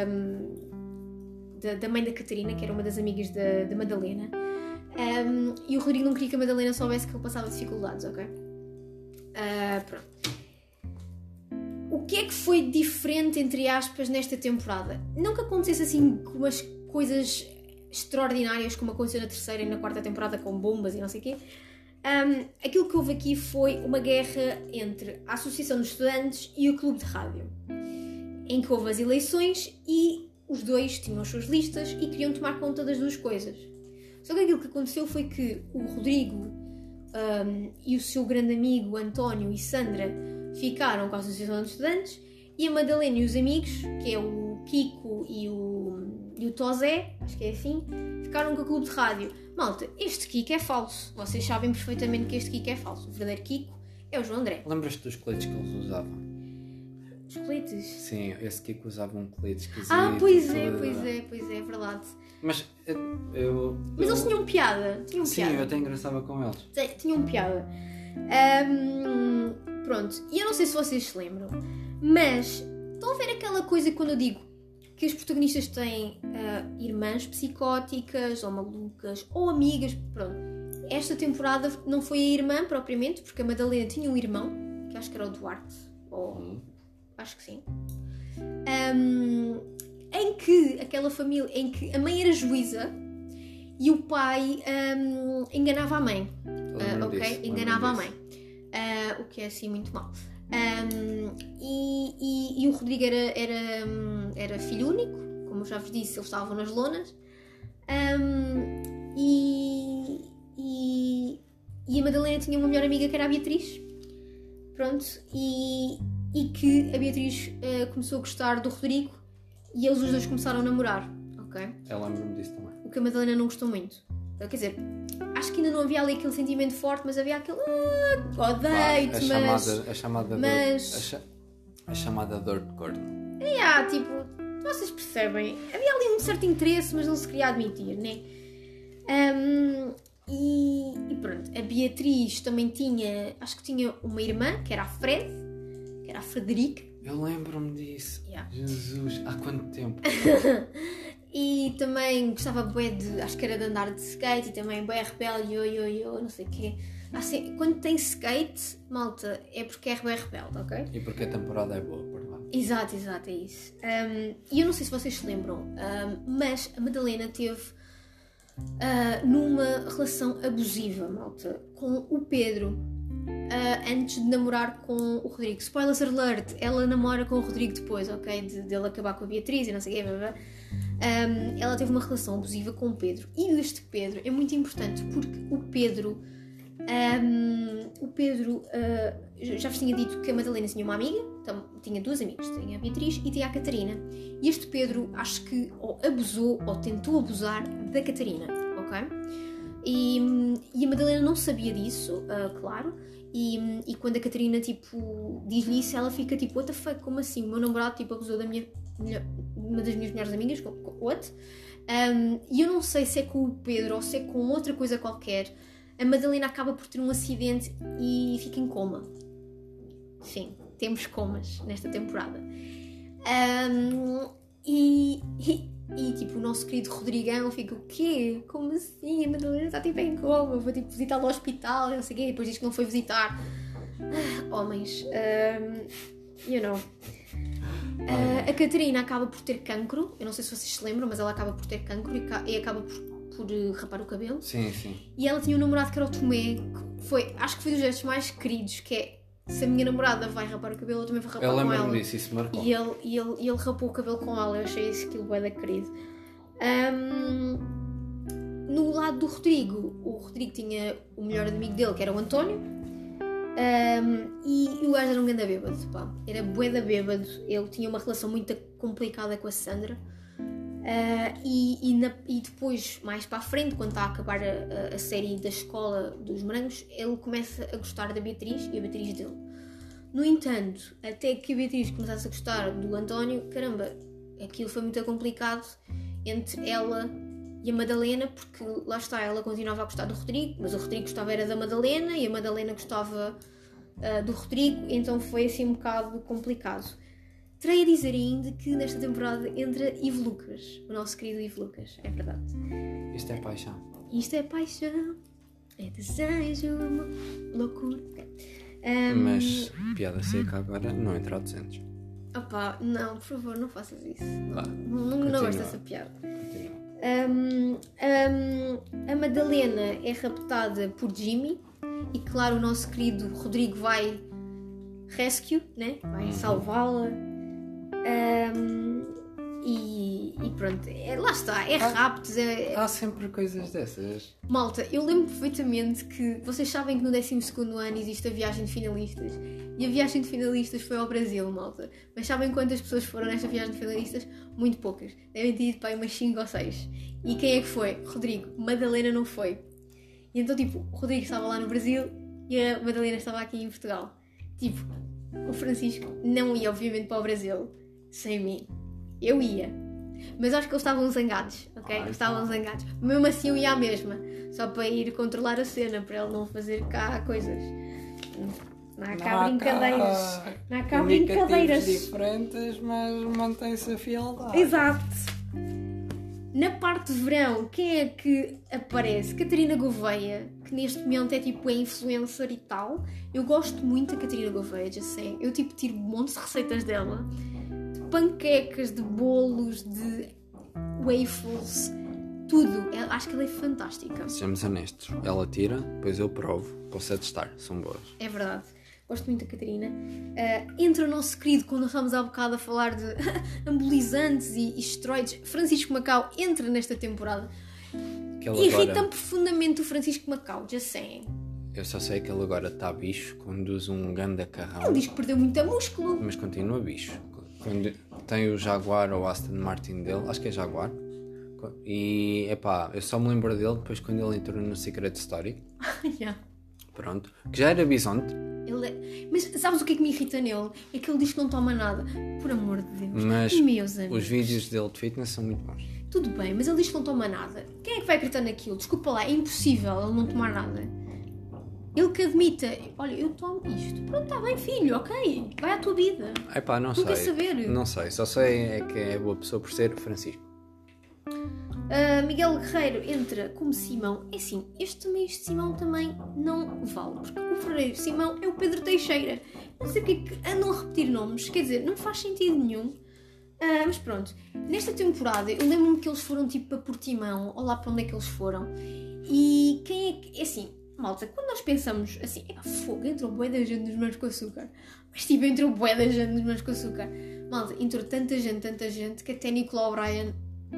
da mãe da Catarina, que era uma das amigas da Madalena. E o Rodrigo não queria que a Madalena soubesse que ele passava dificuldades, ok? Pronto. O que é que foi diferente, entre aspas, nesta temporada? Não que acontecesse assim com umas coisas extraordinárias como aconteceu na terceira e na quarta temporada com bombas e não sei o quê. Aquilo que houve aqui foi uma guerra entre a Associação dos Estudantes e o Clube de Rádio, em que houve as eleições e os dois tinham as suas listas e queriam tomar conta das duas coisas. Só que aquilo que aconteceu foi que o Rodrigo e o seu grande amigo António e Sandra ficaram com a Associação dos Estudantes e a Madalena e os amigos, que é o Kiko e o Tozé, acho que é assim, ficaram com o Clube de Rádio. Malta, este Kiko é falso. Vocês sabem perfeitamente que este Kiko é falso. O verdadeiro Kiko é o João André. Lembras-te dos coletes que eles usavam? Os coletes? Sim, esse Kiko usava um colete esquisito. Pois é, verdade. Mas Mas eles tinham piada. Sim, eu até engraçava com eles. Tinham piada. Pronto, e eu não sei se vocês se lembram, mas estão a ver aquela coisa quando eu digo que os protagonistas têm irmãs psicóticas ou malucas ou amigas, pronto. Esta temporada não foi a irmã propriamente, porque a Madalena tinha um irmão, que acho que era o Duarte, ou acho que sim, em que aquela família, em que a mãe era juíza e o pai enganava a mãe, ok? Enganava a mãe, o que é assim muito mau. E o Rodrigo era filho único, como eu já vos disse, eles estavam nas lonas, e a Madalena tinha uma melhor amiga que era a Beatriz, pronto, e que a Beatriz começou a gostar do Rodrigo e eles os dois começaram a namorar, ok? Ela lembra-me disso também. O que a Madalena não gostou muito, quer dizer, acho que ainda não havia ali aquele sentimento forte, mas havia aquele odeio-te, a chamada dor de corno. Tipo, vocês percebem, havia ali um certo interesse, mas não se queria admitir, né? E pronto, a Beatriz também tinha, acho que tinha uma irmã, que era a Frederica. Eu lembro-me disso. Jesus, há quanto tempo? E também gostava bué acho que era de andar de skate e também bué rebelde, não sei o quê. Assim, quando tem skate, malta, é porque é bué rebelde, ok? E porque a temporada é boa, por lá. Exato, é isso. E eu não sei se vocês se lembram, mas a Madalena teve numa relação abusiva, malta, com o Pedro, antes de namorar com o Rodrigo. Spoiler alert, ela namora com o Rodrigo depois, ok? Dele acabar com a Beatriz e não sei o quê, blá, blá. Ela teve uma relação abusiva com o Pedro. E este Pedro é muito importante porque o Pedro já vos tinha dito que a Madalena tinha uma amiga, então, tinha duas amigas, tinha a Beatriz e tinha a Catarina. E este Pedro acho que ou abusou ou tentou abusar da Catarina, ok? E a Madalena não sabia disso, claro. E quando a Catarina tipo, diz-lhe isso, ela fica tipo, what the fuck, como assim? O meu namorado tipo, abusou uma das minhas melhores amigas, what? E eu não sei se é com o Pedro ou se é com outra coisa qualquer. A Madalena acaba por ter um acidente e fica em coma. Sim, temos comas nesta temporada. E tipo, o nosso querido Rodrigão fica, o quê? Como assim? A Madalena está tipo em coma, vou tipo visitá-la ao hospital, não sei o quê, e depois diz que não foi visitar. Homens, a Catarina acaba por ter cancro, eu não sei se vocês se lembram, mas ela acaba por ter cancro e acaba por rapar o cabelo. Sim, sim. E ela tinha um namorado que era o Tomé, que acho que foi dos gestos mais queridos, que é, se a minha namorada vai rapar o cabelo, eu também vou rapar com ela. Eu lembro-me disso, isso marcou. E ele rapou o cabelo com ela, eu achei isso aquilo bué da querido. No lado do Rodrigo, o Rodrigo tinha o melhor amigo dele, que era o António, e o gajo era um grande bêbado, pá. Era bué da bêbado, ele tinha uma relação muito complicada com a Sandra. E depois, mais para a frente, quando está a acabar a série da escola dos morangos, ele começa a gostar da Beatriz e a Beatriz dele. No entanto, até que a Beatriz começasse a gostar do António, caramba, aquilo foi muito complicado entre ela e a Madalena, porque lá está, ela continuava a gostar do Rodrigo, mas o Rodrigo gostava era da Madalena e a Madalena gostava do Rodrigo, então foi assim um bocado complicado. Terei a dizer ainda que nesta temporada entra Ivo Lucas, o nosso querido Ivo Lucas, é verdade. Isto é paixão. Isto é paixão, é desejo, amor, loucura. Mas piada seca agora não entra ao 200. Opa, não, por favor, não faças isso. Vá, Não gosto dessa piada. Continua. A Madalena é raptada por Jimmy e claro, o nosso querido Rodrigo vai rescue, né? Vai salvá-la. E pronto, lá está, é raptos. Há sempre coisas dessas. Malta, eu lembro perfeitamente que vocês sabem que no 12º ano existe a viagem de finalistas e a viagem de finalistas foi ao Brasil, malta. Mas sabem quantas pessoas foram nesta viagem de finalistas? Muito poucas. Devem ter ido para aí umas 5 ou 6. E quem é que foi? Rodrigo. Madalena não foi. E então, tipo, o Rodrigo estava lá no Brasil e a Madalena estava aqui em Portugal. Tipo, o Francisco não ia, obviamente, para o Brasil sem mim. Eu ia. Mas acho que eles estavam zangados, ok? Estavam zangados. Mesmo assim eu ia à mesma. Só para ir controlar a cena, para ele não fazer cá coisas. Não há cá brincadeiras. Não há cá brincadeiras. Diferentes, mas mantém-se a fieldade. Exato. Na parte de verão, quem é que aparece? Catarina Gouveia, que neste momento é tipo a influencer e tal. Eu gosto muito da Catarina Gouveia, já sei. Eu tipo tiro montes de receitas dela. De panquecas, de bolos, de waffles, tudo. Acho que ela é fantástica. Sejamos honestos. Ela tira, depois eu provo. Posso atestar, são boas. É verdade. Gosto muito da Catarina. Entra o nosso querido, quando nós estamos há bocado a falar de anabolizantes e esteroides, Francisco Macau entra nesta temporada. Irrita-me profundamente o Francisco Macau, já sei. Eu só sei que ele agora está bicho, conduz um ganda carrão. Ele diz que perdeu muito músculo. Mas continua bicho. Quando tem o Jaguar ou o Aston Martin dele, acho que é Jaguar. E, epá, eu só me lembro dele depois quando ele entrou no Secret Story. Yeah. Pronto. Que já era bisonte. Mas sabes o que é que me irrita nele? É que ele diz que não toma nada. Por amor de Deus. Mas meus amigos, os vídeos dele de fitness são muito bons. Tudo bem, mas ele diz que não toma nada. Quem é que vai acreditar naquilo? Desculpa lá, é impossível ele não tomar nada. Ele que admita, olha, eu tomo isto. Pronto, está bem, filho, ok. Vai à tua vida. Epá, não sei. Quer saber? Não sei, só sei é que é boa pessoa por ser Francisco. Miguel Guerreiro entra como Simão. É assim, este Simão também não vale, porque o verdadeiro Simão é o Pedro Teixeira. Não sei porque é que andam a repetir nomes, quer dizer, não faz sentido nenhum. Mas pronto, nesta temporada eu lembro-me que eles foram tipo para Portimão, ou lá para onde é que eles foram. E quem é que... É assim, malta, quando nós pensamos assim, fogo, entrou bué da gente nos Morangos com Açúcar. Mas tipo, entrou bué da gente nos Morangos com Açúcar. Malta, entrou tanta gente, que até Nicolau Bryan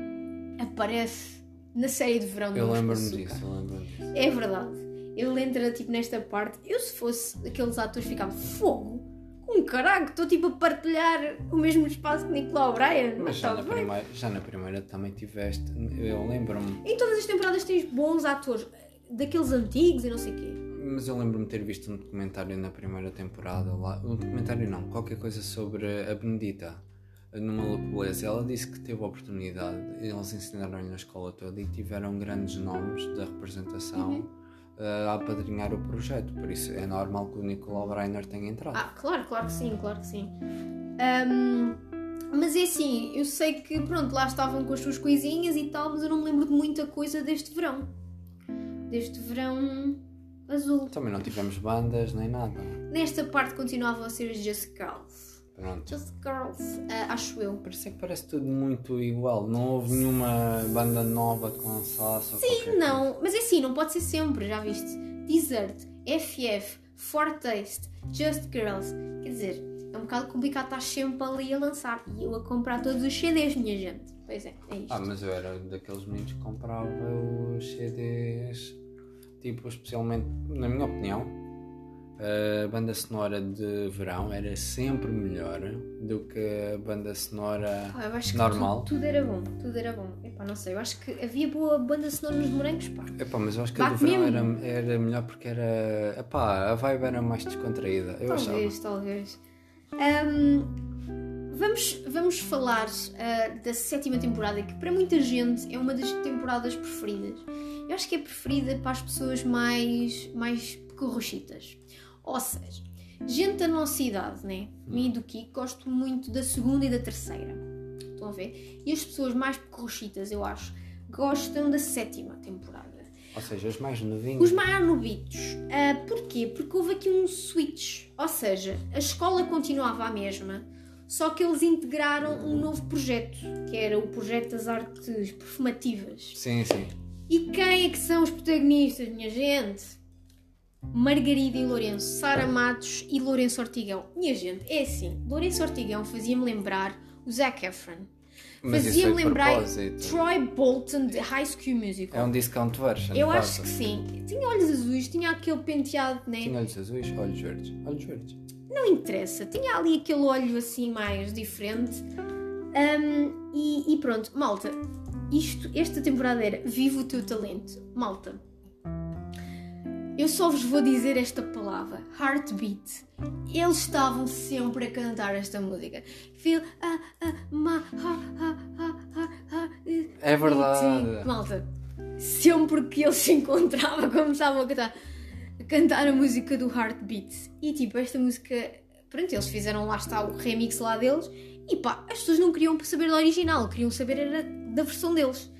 aparece na série de verão do Eu Morangos com lembro-me Açúcar. disso. É verdade. Ele entra tipo nesta parte. Eu, se fosse aqueles atores, ficava fogo. Com caralho, estou tipo a partilhar o mesmo espaço que Nicolau Bryan. Mas já na primeira também tiveste. Eu lembro-me. Em todas as temporadas tens bons atores, daqueles antigos e não sei o quê. Mas eu lembro-me de ter visto um documentário na primeira temporada lá. Um documentário não, qualquer coisa sobre a Benedita. Numa Loucura, ela disse que teve a oportunidade, eles ensinaram-lhe na escola toda e tiveram grandes nomes da representação a apadrinhar o projeto, por isso é normal que o Nicolau Breiner tenha entrado. Claro que sim. Mas é assim, eu sei que pronto, lá estavam com as suas coisinhas e tal, mas eu não me lembro de muita coisa deste verão azul. Também não tivemos bandas nem nada. Nesta parte continuavam a ser as Just Girls. Pronto. Just Girls, acho eu. Parece tudo muito igual. Não houve nenhuma banda nova que lançasse. Sim, não. Mas é assim, não pode ser sempre, já viste? Desert, FF, Foretaste, Just Girls. Quer dizer, é um bocado complicado estar sempre ali a lançar. E eu a comprar todos os CDs, minha gente. Pois é isto. Mas eu era daqueles meninos que comprava os CDs, tipo, especialmente, na minha opinião, a banda sonora de verão era sempre melhor do que a banda sonora eu acho que normal. Tudo era bom. Epá, não sei, eu acho que havia boa banda sonora nos Morangos, pá. Mas eu acho que a do verão era melhor porque era... a vibe era mais descontraída. Eu achava. Talvez. vamos falar da 7ª temporada, que para muita gente é uma das temporadas preferidas. Eu acho que é preferida para as pessoas mais pecorrochitas. Ou seja, gente da nossa idade, né? Mim e do Kiko, gosto muito da 2ª e da 3ª. Estão a ver? E as pessoas mais pecorrochitas, eu acho, gostam da 7ª temporada. Ou seja, os mais novinhos. Os mais novitos. Porquê? Porque houve aqui um switch. Ou seja, a escola continuava a mesma, só que eles integraram um novo projeto, que era o projeto das artes performativas. Sim. E quem é que são os protagonistas, minha gente? Margarida e Lourenço, Sara Matos e Lourenço Ortigão. Minha gente, é assim, Lourenço Ortigão fazia-me lembrar o Zac Efron. Mas Fazia-me isso é de lembrar propósito. Troy Bolton de High School Musical. É um discount version. Eu quase. acho que sim. Tinha olhos azuis, tinha aquele penteado, né? Tinha olhos azuis, olhos verdes. Olhos verdes. Não interessa, tinha ali aquele olho assim mais diferente. E pronto, malta, esta temporada era Viva o Teu Talento. Malta, eu só vos vou dizer esta palavra, Heartbeat. Eles estavam sempre a cantar esta música. Feel É verdade. Malta, sempre que eles se encontravam, começavam a cantar a música do Heartbeat. E tipo, esta música, pronto, eles fizeram, lá está, o remix lá deles. E pá, as pessoas não queriam saber do original, queriam saber era da versão deles.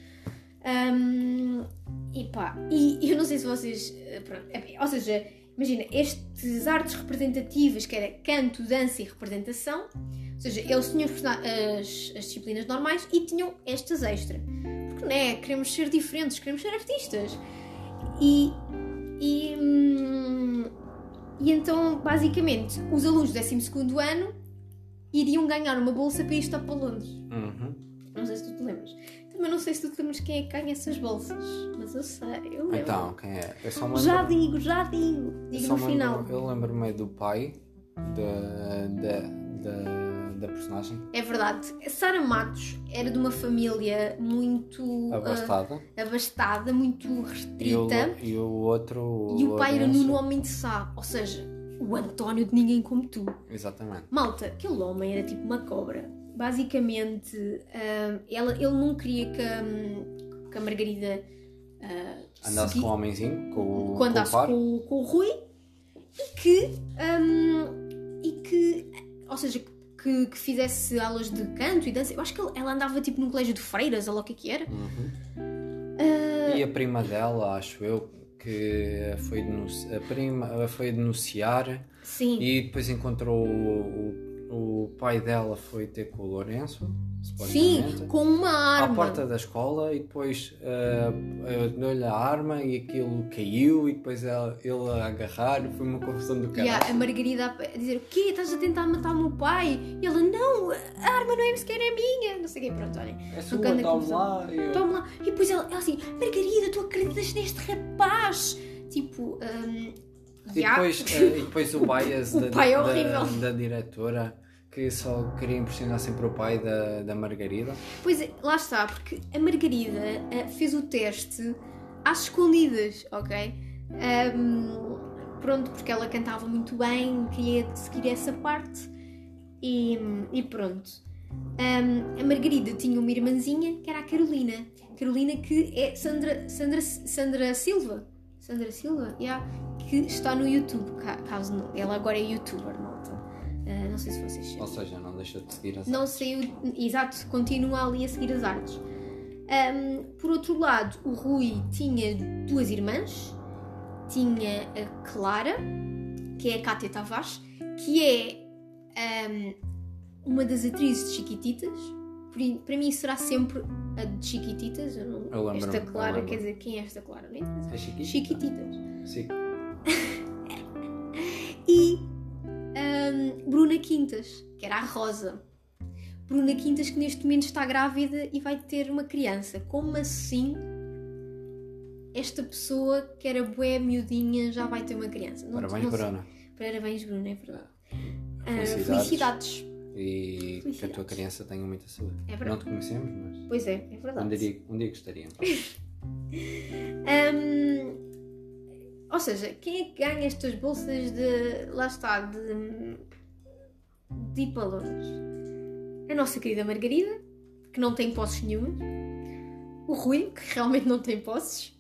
E pá, e eu não sei se vocês, pronto, ou seja, imagina, estas artes representativas, que era canto, dança e representação, ou seja, eles tinham as disciplinas normais e tinham estas extra. Porque não é? Queremos ser diferentes, queremos ser artistas. E então, basicamente, os alunos do 12º ano iriam ganhar uma bolsa para ir estudar para Londres. Não sei se tu te lembras. Também não sei se tu te lembras quem é que ganha essas bolsas. Mas eu sei, eu lembro. Então, quem é? Eu só me lembro... Já digo. Digo no final. Eu lembro-me do pai da personagem. É verdade. A Sara Matos era de uma família muito... abastada, muito restrita. E o outro... E o pai era Nuno Homem de Sá. Ou seja, o António de Ninguém Como Tu. Exatamente. Malta, aquele homem era tipo uma cobra. Basicamente, ele não queria que a Margarida andasse com o homenzinho, com andasse com o Rui e que ou seja, que fizesse aulas de canto e dança. Eu acho que ela andava tipo num colégio de freiras, ou lá o que era. E a prima dela, acho eu, que foi denunciar. Sim. E depois encontrou o pai dela, foi ter com o Lourenço, sim, com uma arma à porta da escola, e depois deu-lhe a arma e aquilo caiu, e depois ele a agarrar, foi uma confusão do caralho. A Margarida a dizer: o quê? Estás a tentar matar o meu pai? E ela: não, a arma não é sequer minha. Não sei o quê, pronto, olhem. É sua, toma lá. Toma lá. E depois ela assim: Margarida, tu acreditas neste rapaz? Tipo, e depois o bias da diretora, que só queria impressionar sempre o pai da Margarida. Pois é, lá está, porque a Margarida fez o teste às escondidas, ok? Pronto, porque ela cantava muito bem, queria seguir essa parte e pronto. A Margarida tinha uma irmãzinha que era a Carolina. Carolina, que é Sandra Silva. Sandra Silva, que está no YouTube, caso não. Ela agora é youtuber, malta. Não sei se vocês sabem. Ou seja, não deixou de seguir as não artes. Saiu, exato, continua ali a seguir as artes. Por outro lado, o Rui tinha duas irmãs. Tinha a Clara, que é a Cátia Tavares, que é uma das atrizes de Chiquititas. Para mim será sempre a de Chiquititas. Esta Clara, quer dizer, quem é esta Clara? Nem é Chiquititas. Sim. E Bruna Quintas, que era a Rosa. Bruna Quintas, que neste momento está grávida e vai ter uma criança. Como assim esta pessoa que era bué miudinha já vai ter uma criança? Parabéns, Bruna. Parabéns, Bruna, é verdade. Felicidades. E que a tua criança tenha muita saúde. É verdade. Não te conhecemos, mas... Pois é verdade. Um dia gostaríamos. Ou seja, quem é que ganha estas bolsas de... Lá está, de ir para Londres? a nossa querida Margarida, que não tem posses nenhumas, o Rui, que realmente não tem posses,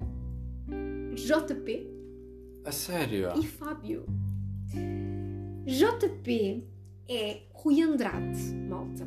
JP A sério? e Fábio. JP é Rui Andrade, malta.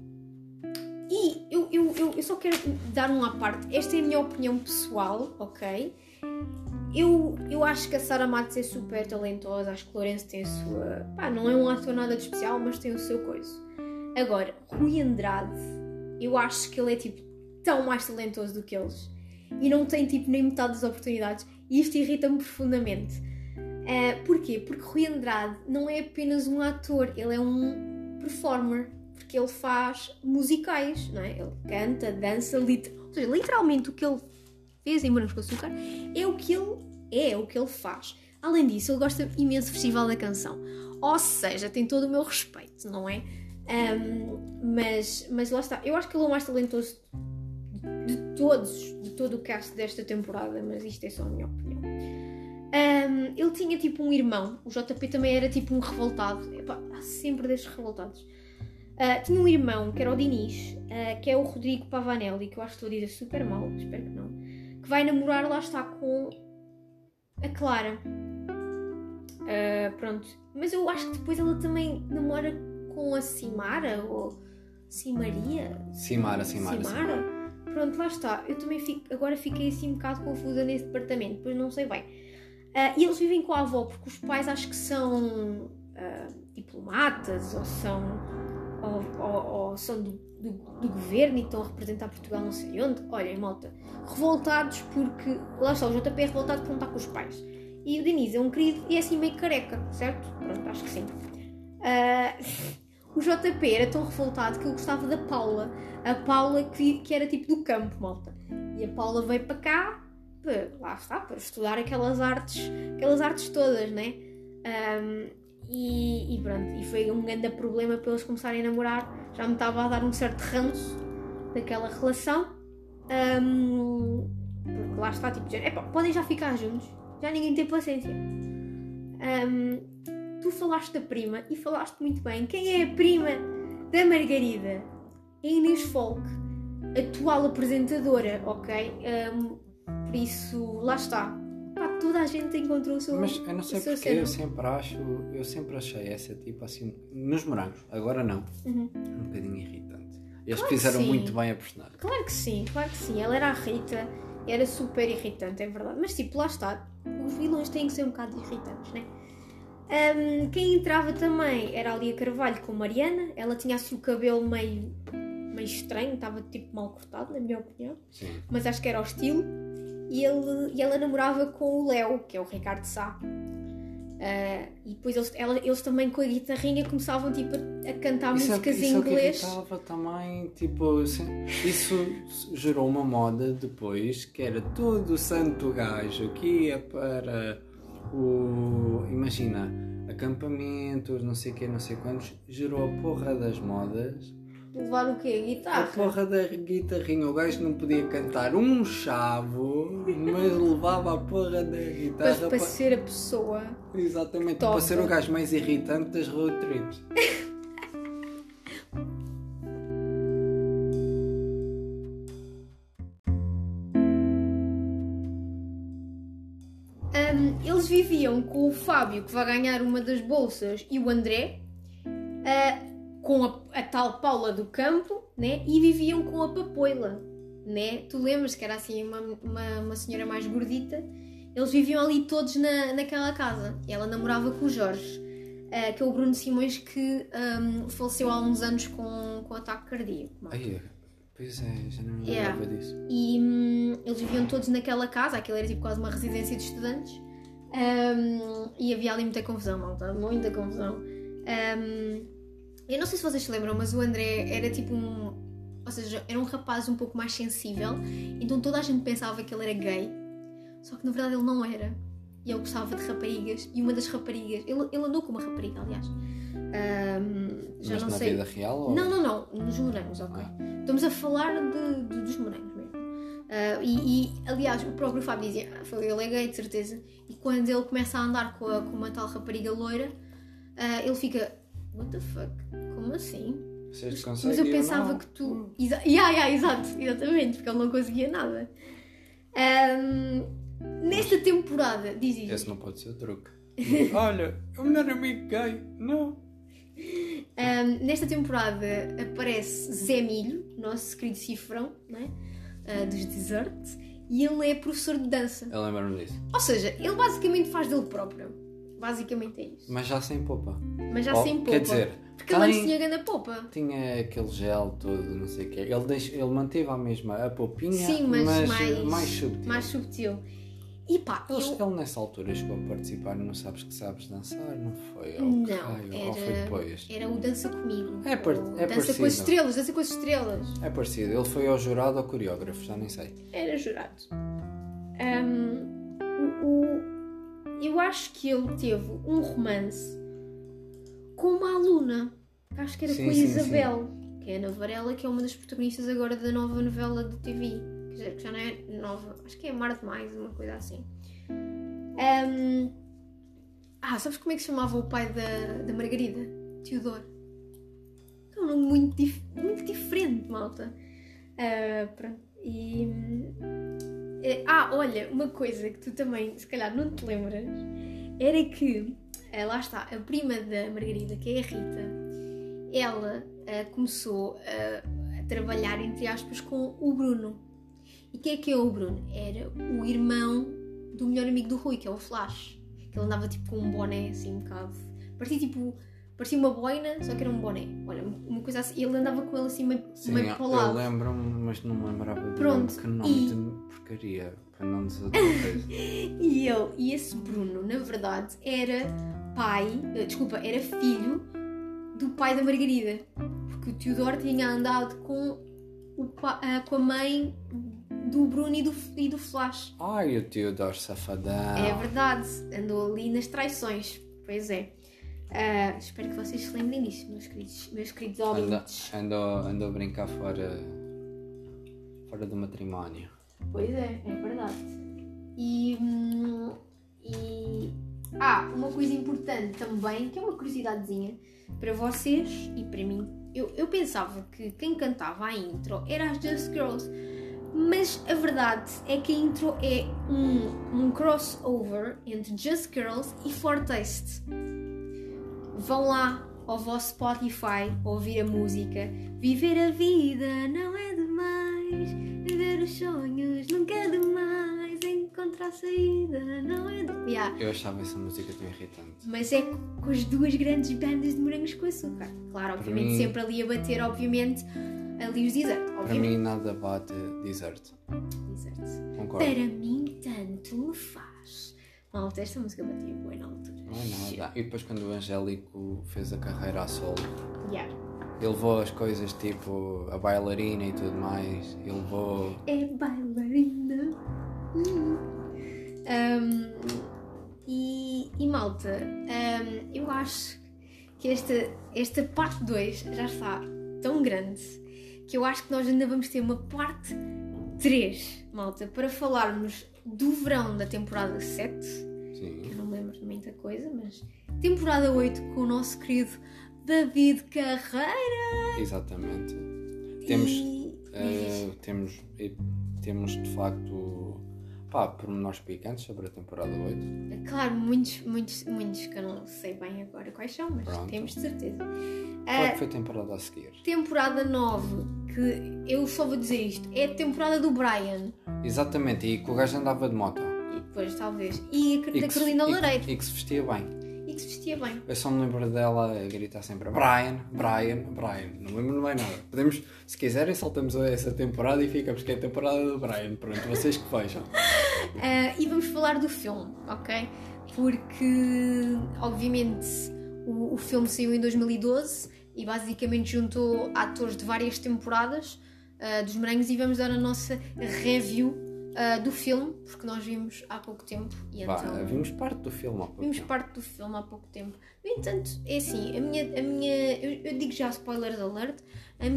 E eu só quero dar um à parte. Esta é a minha opinião pessoal, ok? Eu acho que a Sara Matos é super talentosa. Acho que o Lourenço tem a sua... Pá, não é um ator nada de especial, mas tem o seu coisa. Agora, Rui Andrade, eu acho que ele é tipo tão mais talentoso do que eles. E não tem tipo nem metade das oportunidades. E isto irrita-me profundamente. Porquê? Porque Rui Andrade não é apenas um ator, ele é um performer. Porque ele faz musicais, não é? Ele canta, dança, ou seja, literalmente o que ele fez em Morangos com Açúcar é o que ele é, o que ele faz. Além disso, ele gosta imenso do Festival da Canção. Ou seja, tem todo o meu respeito, não é? Mas lá está. Eu acho que ele é o mais talentoso de todo o cast desta temporada, mas isto é só a minha opinião. Ele tinha tipo um irmão, o JP também era tipo um revoltado. Epá, há sempre destes revoltados. Tinha um irmão, que era o Dinis, que é o Rodrigo Pavanelli, que eu acho que estou a dizer super mal, espero que não, que vai namorar, lá está, com a Clara. Pronto. Mas eu acho que depois ela também namora com a Simara, ou Simaria? Simara. Pronto, lá está. Eu também agora fiquei assim um bocado confusa nesse departamento, depois não sei bem. E eles vivem com a avó, porque os pais acho que são diplomatas, ou são do governo e estão a representar Portugal não sei onde. Olhem, malta, revoltados porque... Lá está, o JP é revoltado por não estar com os pais. E o Diniz é um querido e é assim meio careca, certo? Pronto, acho que sim. O JP era tão revoltado que ele gostava da Paula. A Paula que era tipo do campo, malta. E a Paula veio para cá, lá está, para estudar aquelas artes todas, né? E pronto, e foi um grande problema para eles começarem a namorar. Já me estava a dar um certo ranço daquela relação. Porque lá está, tipo, podem já ficar juntos, já ninguém tem paciência. Tu falaste da prima e falaste muito bem. Quem é a prima da Margarida? É Inês Folk, atual apresentadora, ok? Por isso, lá está. Toda a gente encontrou o seu... Mas eu não sei porque eu sempre achei essa tipo assim, nos Morangos, agora não, um bocadinho irritante. Eles fizeram muito bem a personagem. Claro que sim. Ela era a Rita, era super irritante, é verdade. Mas tipo, lá está, os vilões têm que ser um bocado irritantes, né? Quem entrava também era a Lia Carvalho com Mariana. Ela tinha assim o cabelo meio estranho, estava tipo mal cortado, na minha opinião. Sim. Mas acho que era o estilo. E ela namorava com o Léo, que é o Ricardo Sá. E depois eles também com a guitarrinha começavam tipo, a cantar músicas em inglês. Isso irritava também, tipo, isso gerou uma moda depois, que era todo o santo gajo que ia para imagina, acampamentos, não sei o que, não sei quantos, gerou a porra das modas. Levar o quê? Guitarra? A porra da guitarrinha. O gajo não podia cantar um chavo, mas levava a porra da guitarra para ser a pessoa. Exatamente, para ser o gajo mais irritante das road trips. Eles viviam com o Fábio, que vai ganhar uma das bolsas, e o André, com a tal Paula do Campo, né? E viviam com a Papoila, né? Tu lembras que era assim uma senhora mais gordita? Eles viviam ali todos naquela casa. E ela namorava com o Jorge, que é o Bruno Simões, que faleceu há uns anos com ataque cardíaco. Pois é, já não me lembrava disso. E eles viviam todos naquela casa. Aquilo era tipo quase uma residência de estudantes. E havia ali muita confusão, malta, muita confusão. Eu não sei se vocês se lembram, mas o André era tipo ou seja, era um rapaz um pouco mais sensível, então toda a gente pensava que ele era gay, só que na verdade ele não era. E ele gostava de raparigas, e uma das raparigas, ele andou com uma rapariga, aliás. Já mas não na sei. vida real? Ou... Não, nos morangos, ok. Estamos a falar dos morangos mesmo. E aliás, o próprio Fábio dizia, ele é gay, de certeza. E quando ele começa a andar com uma tal rapariga loira, ele fica, what the fuck? Como assim? Vocês Mas conseguem, eu pensava que tu... Exatamente, porque ele não conseguia nada. Nesta temporada, diz isto. Esse não pode ser o truque. Olha, é o melhor amigo gay. Não. Nesta temporada aparece Zé Milho, nosso querido cifrão, não é? Dos Deserts, e ele é professor de dança. Eu lembro-me disso. Ou seja, ele basicamente faz dele próprio. Basicamente é isso. Mas já sem popa. Mas já sem popa. Quer dizer, porque ele antes tinha grande popa. tinha aquele gel todo, não sei o quê. Ele manteve a mesma a popinha, Sim, mas mais subtil. Mais subtil. E pá, Ele nessa altura chegou a participar no Sabes que Sabes Dançar, não foi? Ou foi depois? Era o Dança Comigo. É Dança parecido. com as Estrelas, Dança com as Estrelas. É parecido. Ele foi ao jurado ou coreógrafo, já nem sei. Era jurado. Eu acho que ele teve um romance com uma aluna, que acho que era com a Isabel, que é a Ana Varela, que é uma das protagonistas agora da nova novela de TV. Que já não é nova, acho que é Mar de Mais, uma coisa assim. Sabes como é que se chamava o pai da Margarida? Teodoro. É um nome muito diferente, malta. Pronto. Olha, uma coisa que tu também, se calhar, não te lembras, era que, lá está, a prima da Margarida, que é a Rita, ela começou a trabalhar, entre aspas, com o Bruno. E quem é o Bruno? Era o irmão do melhor amigo do Rui, que é o Flash. Que ele andava tipo com um boné assim um bocado. Parecia uma boina, só que era um boné. Olha, uma coisa assim. Ele andava com ele assim meio para o lado. Eu lembro-me, mas não me lembrava do Pronto, nome, que nome de porcaria, para não dizer outra coisa. E esse Bruno, na verdade, era filho do pai da Margarida. Porque o Teodoro tinha andado com a mãe do Bruno e do Flash. Ai, o Teodoro safadão. É verdade, andou ali nas traições. Pois é. Espero que vocês se lembrem disso, meus queridos ouvintes. Andou a brincar fora do matrimónio. Pois é verdade. Uma coisa importante também, que é uma curiosidadezinha para vocês e para mim. Eu pensava que quem cantava a intro era as Just Girls, mas a verdade é que a intro é um crossover entre Just Girls e Fortaste. Vão lá ao vosso Spotify ouvir a música. Viver a vida não é demais, viver os sonhos nunca é demais, encontrar saída não é demais. Eu achava essa música tão irritante. Mas é com as duas grandes bandas de Morangos com Açúcar. Claro, obviamente sempre ali a bater, obviamente, ali os Desert. Para mim nada bate Desert. Concordo. Para mim tanto me faz. Malta, esta música batia boa na altura. Não é nada. E depois quando o Angélico fez a carreira a solo, ele levou as coisas tipo a bailarina e tudo mais. Ele levou... É bailarina. E malta, eu acho que esta parte 2 já está tão grande que eu acho que nós ainda vamos ter uma parte 3, malta, para falarmos do verão da temporada 7. Sim. Que eu não me lembro de muita coisa, mas temporada 8 com o nosso querido David Carreira. Exatamente. Temos de facto pormenores picantes sobre a temporada 8. Claro, muitos que eu não sei bem agora quais são, mas temos de certeza. Qual foi a temporada a seguir? Temporada 9, que eu só vou dizer isto, é a temporada do Brian. Exatamente, e que o gajo andava de moto. E depois, talvez. E da Carolina Loureiro. E que se vestia bem. Eu só me lembro dela a gritar sempre Brian. Não me lembro bem nada. Podemos, se quiserem, saltamos essa temporada e ficamos que é a temporada do Brian. Pronto, vocês que vejam. E vamos falar do filme, ok? Porque, obviamente, o filme saiu em 2012 e basicamente juntou atores de várias temporadas dos Morangos e vamos dar a nossa review do filme, porque nós vimos há pouco tempo. E então, vimos parte do filme há pouco tempo. No entanto, é assim, eu digo já spoiler alert, a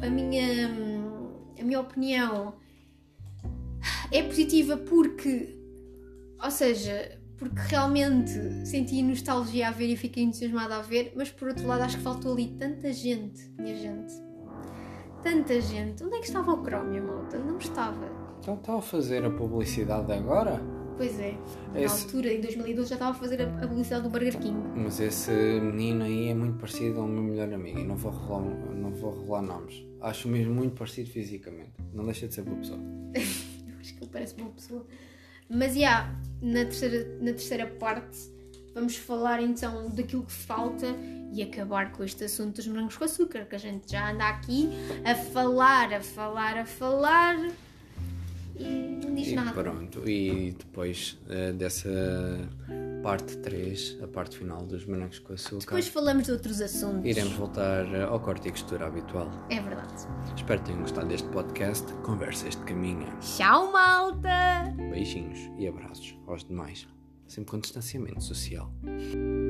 minha opinião é positiva porque, ou seja, porque realmente senti nostalgia a ver e fiquei entusiasmada a ver, mas por outro lado acho que faltou ali tanta gente, minha gente. Tanta gente. Onde é que estava o Crómio, malta? Não estava. Então está a fazer a publicidade agora? Pois é, na altura, em 2012, já estava a fazer a publicidade do Burger King. Mas esse menino aí é muito parecido ao meu melhor amigo e não vou revelar nomes. Acho mesmo muito parecido fisicamente. Não deixa de ser boa pessoa. Eu acho que ele parece boa pessoa. Mas, na terceira parte, vamos falar então daquilo que falta e acabar com este assunto dos morangos com açúcar, que a gente já anda aqui a falar e não diz nada. Pronto, e depois dessa parte 3, a parte final dos morangos com açúcar, depois falamos de outros assuntos. iremos voltar ao corte e costura habitual. É verdade. Espero que tenham gostado deste podcast. Conversas de caminho. Tchau, malta! Beijinhos e abraços aos demais. Sempre com distanciamento social.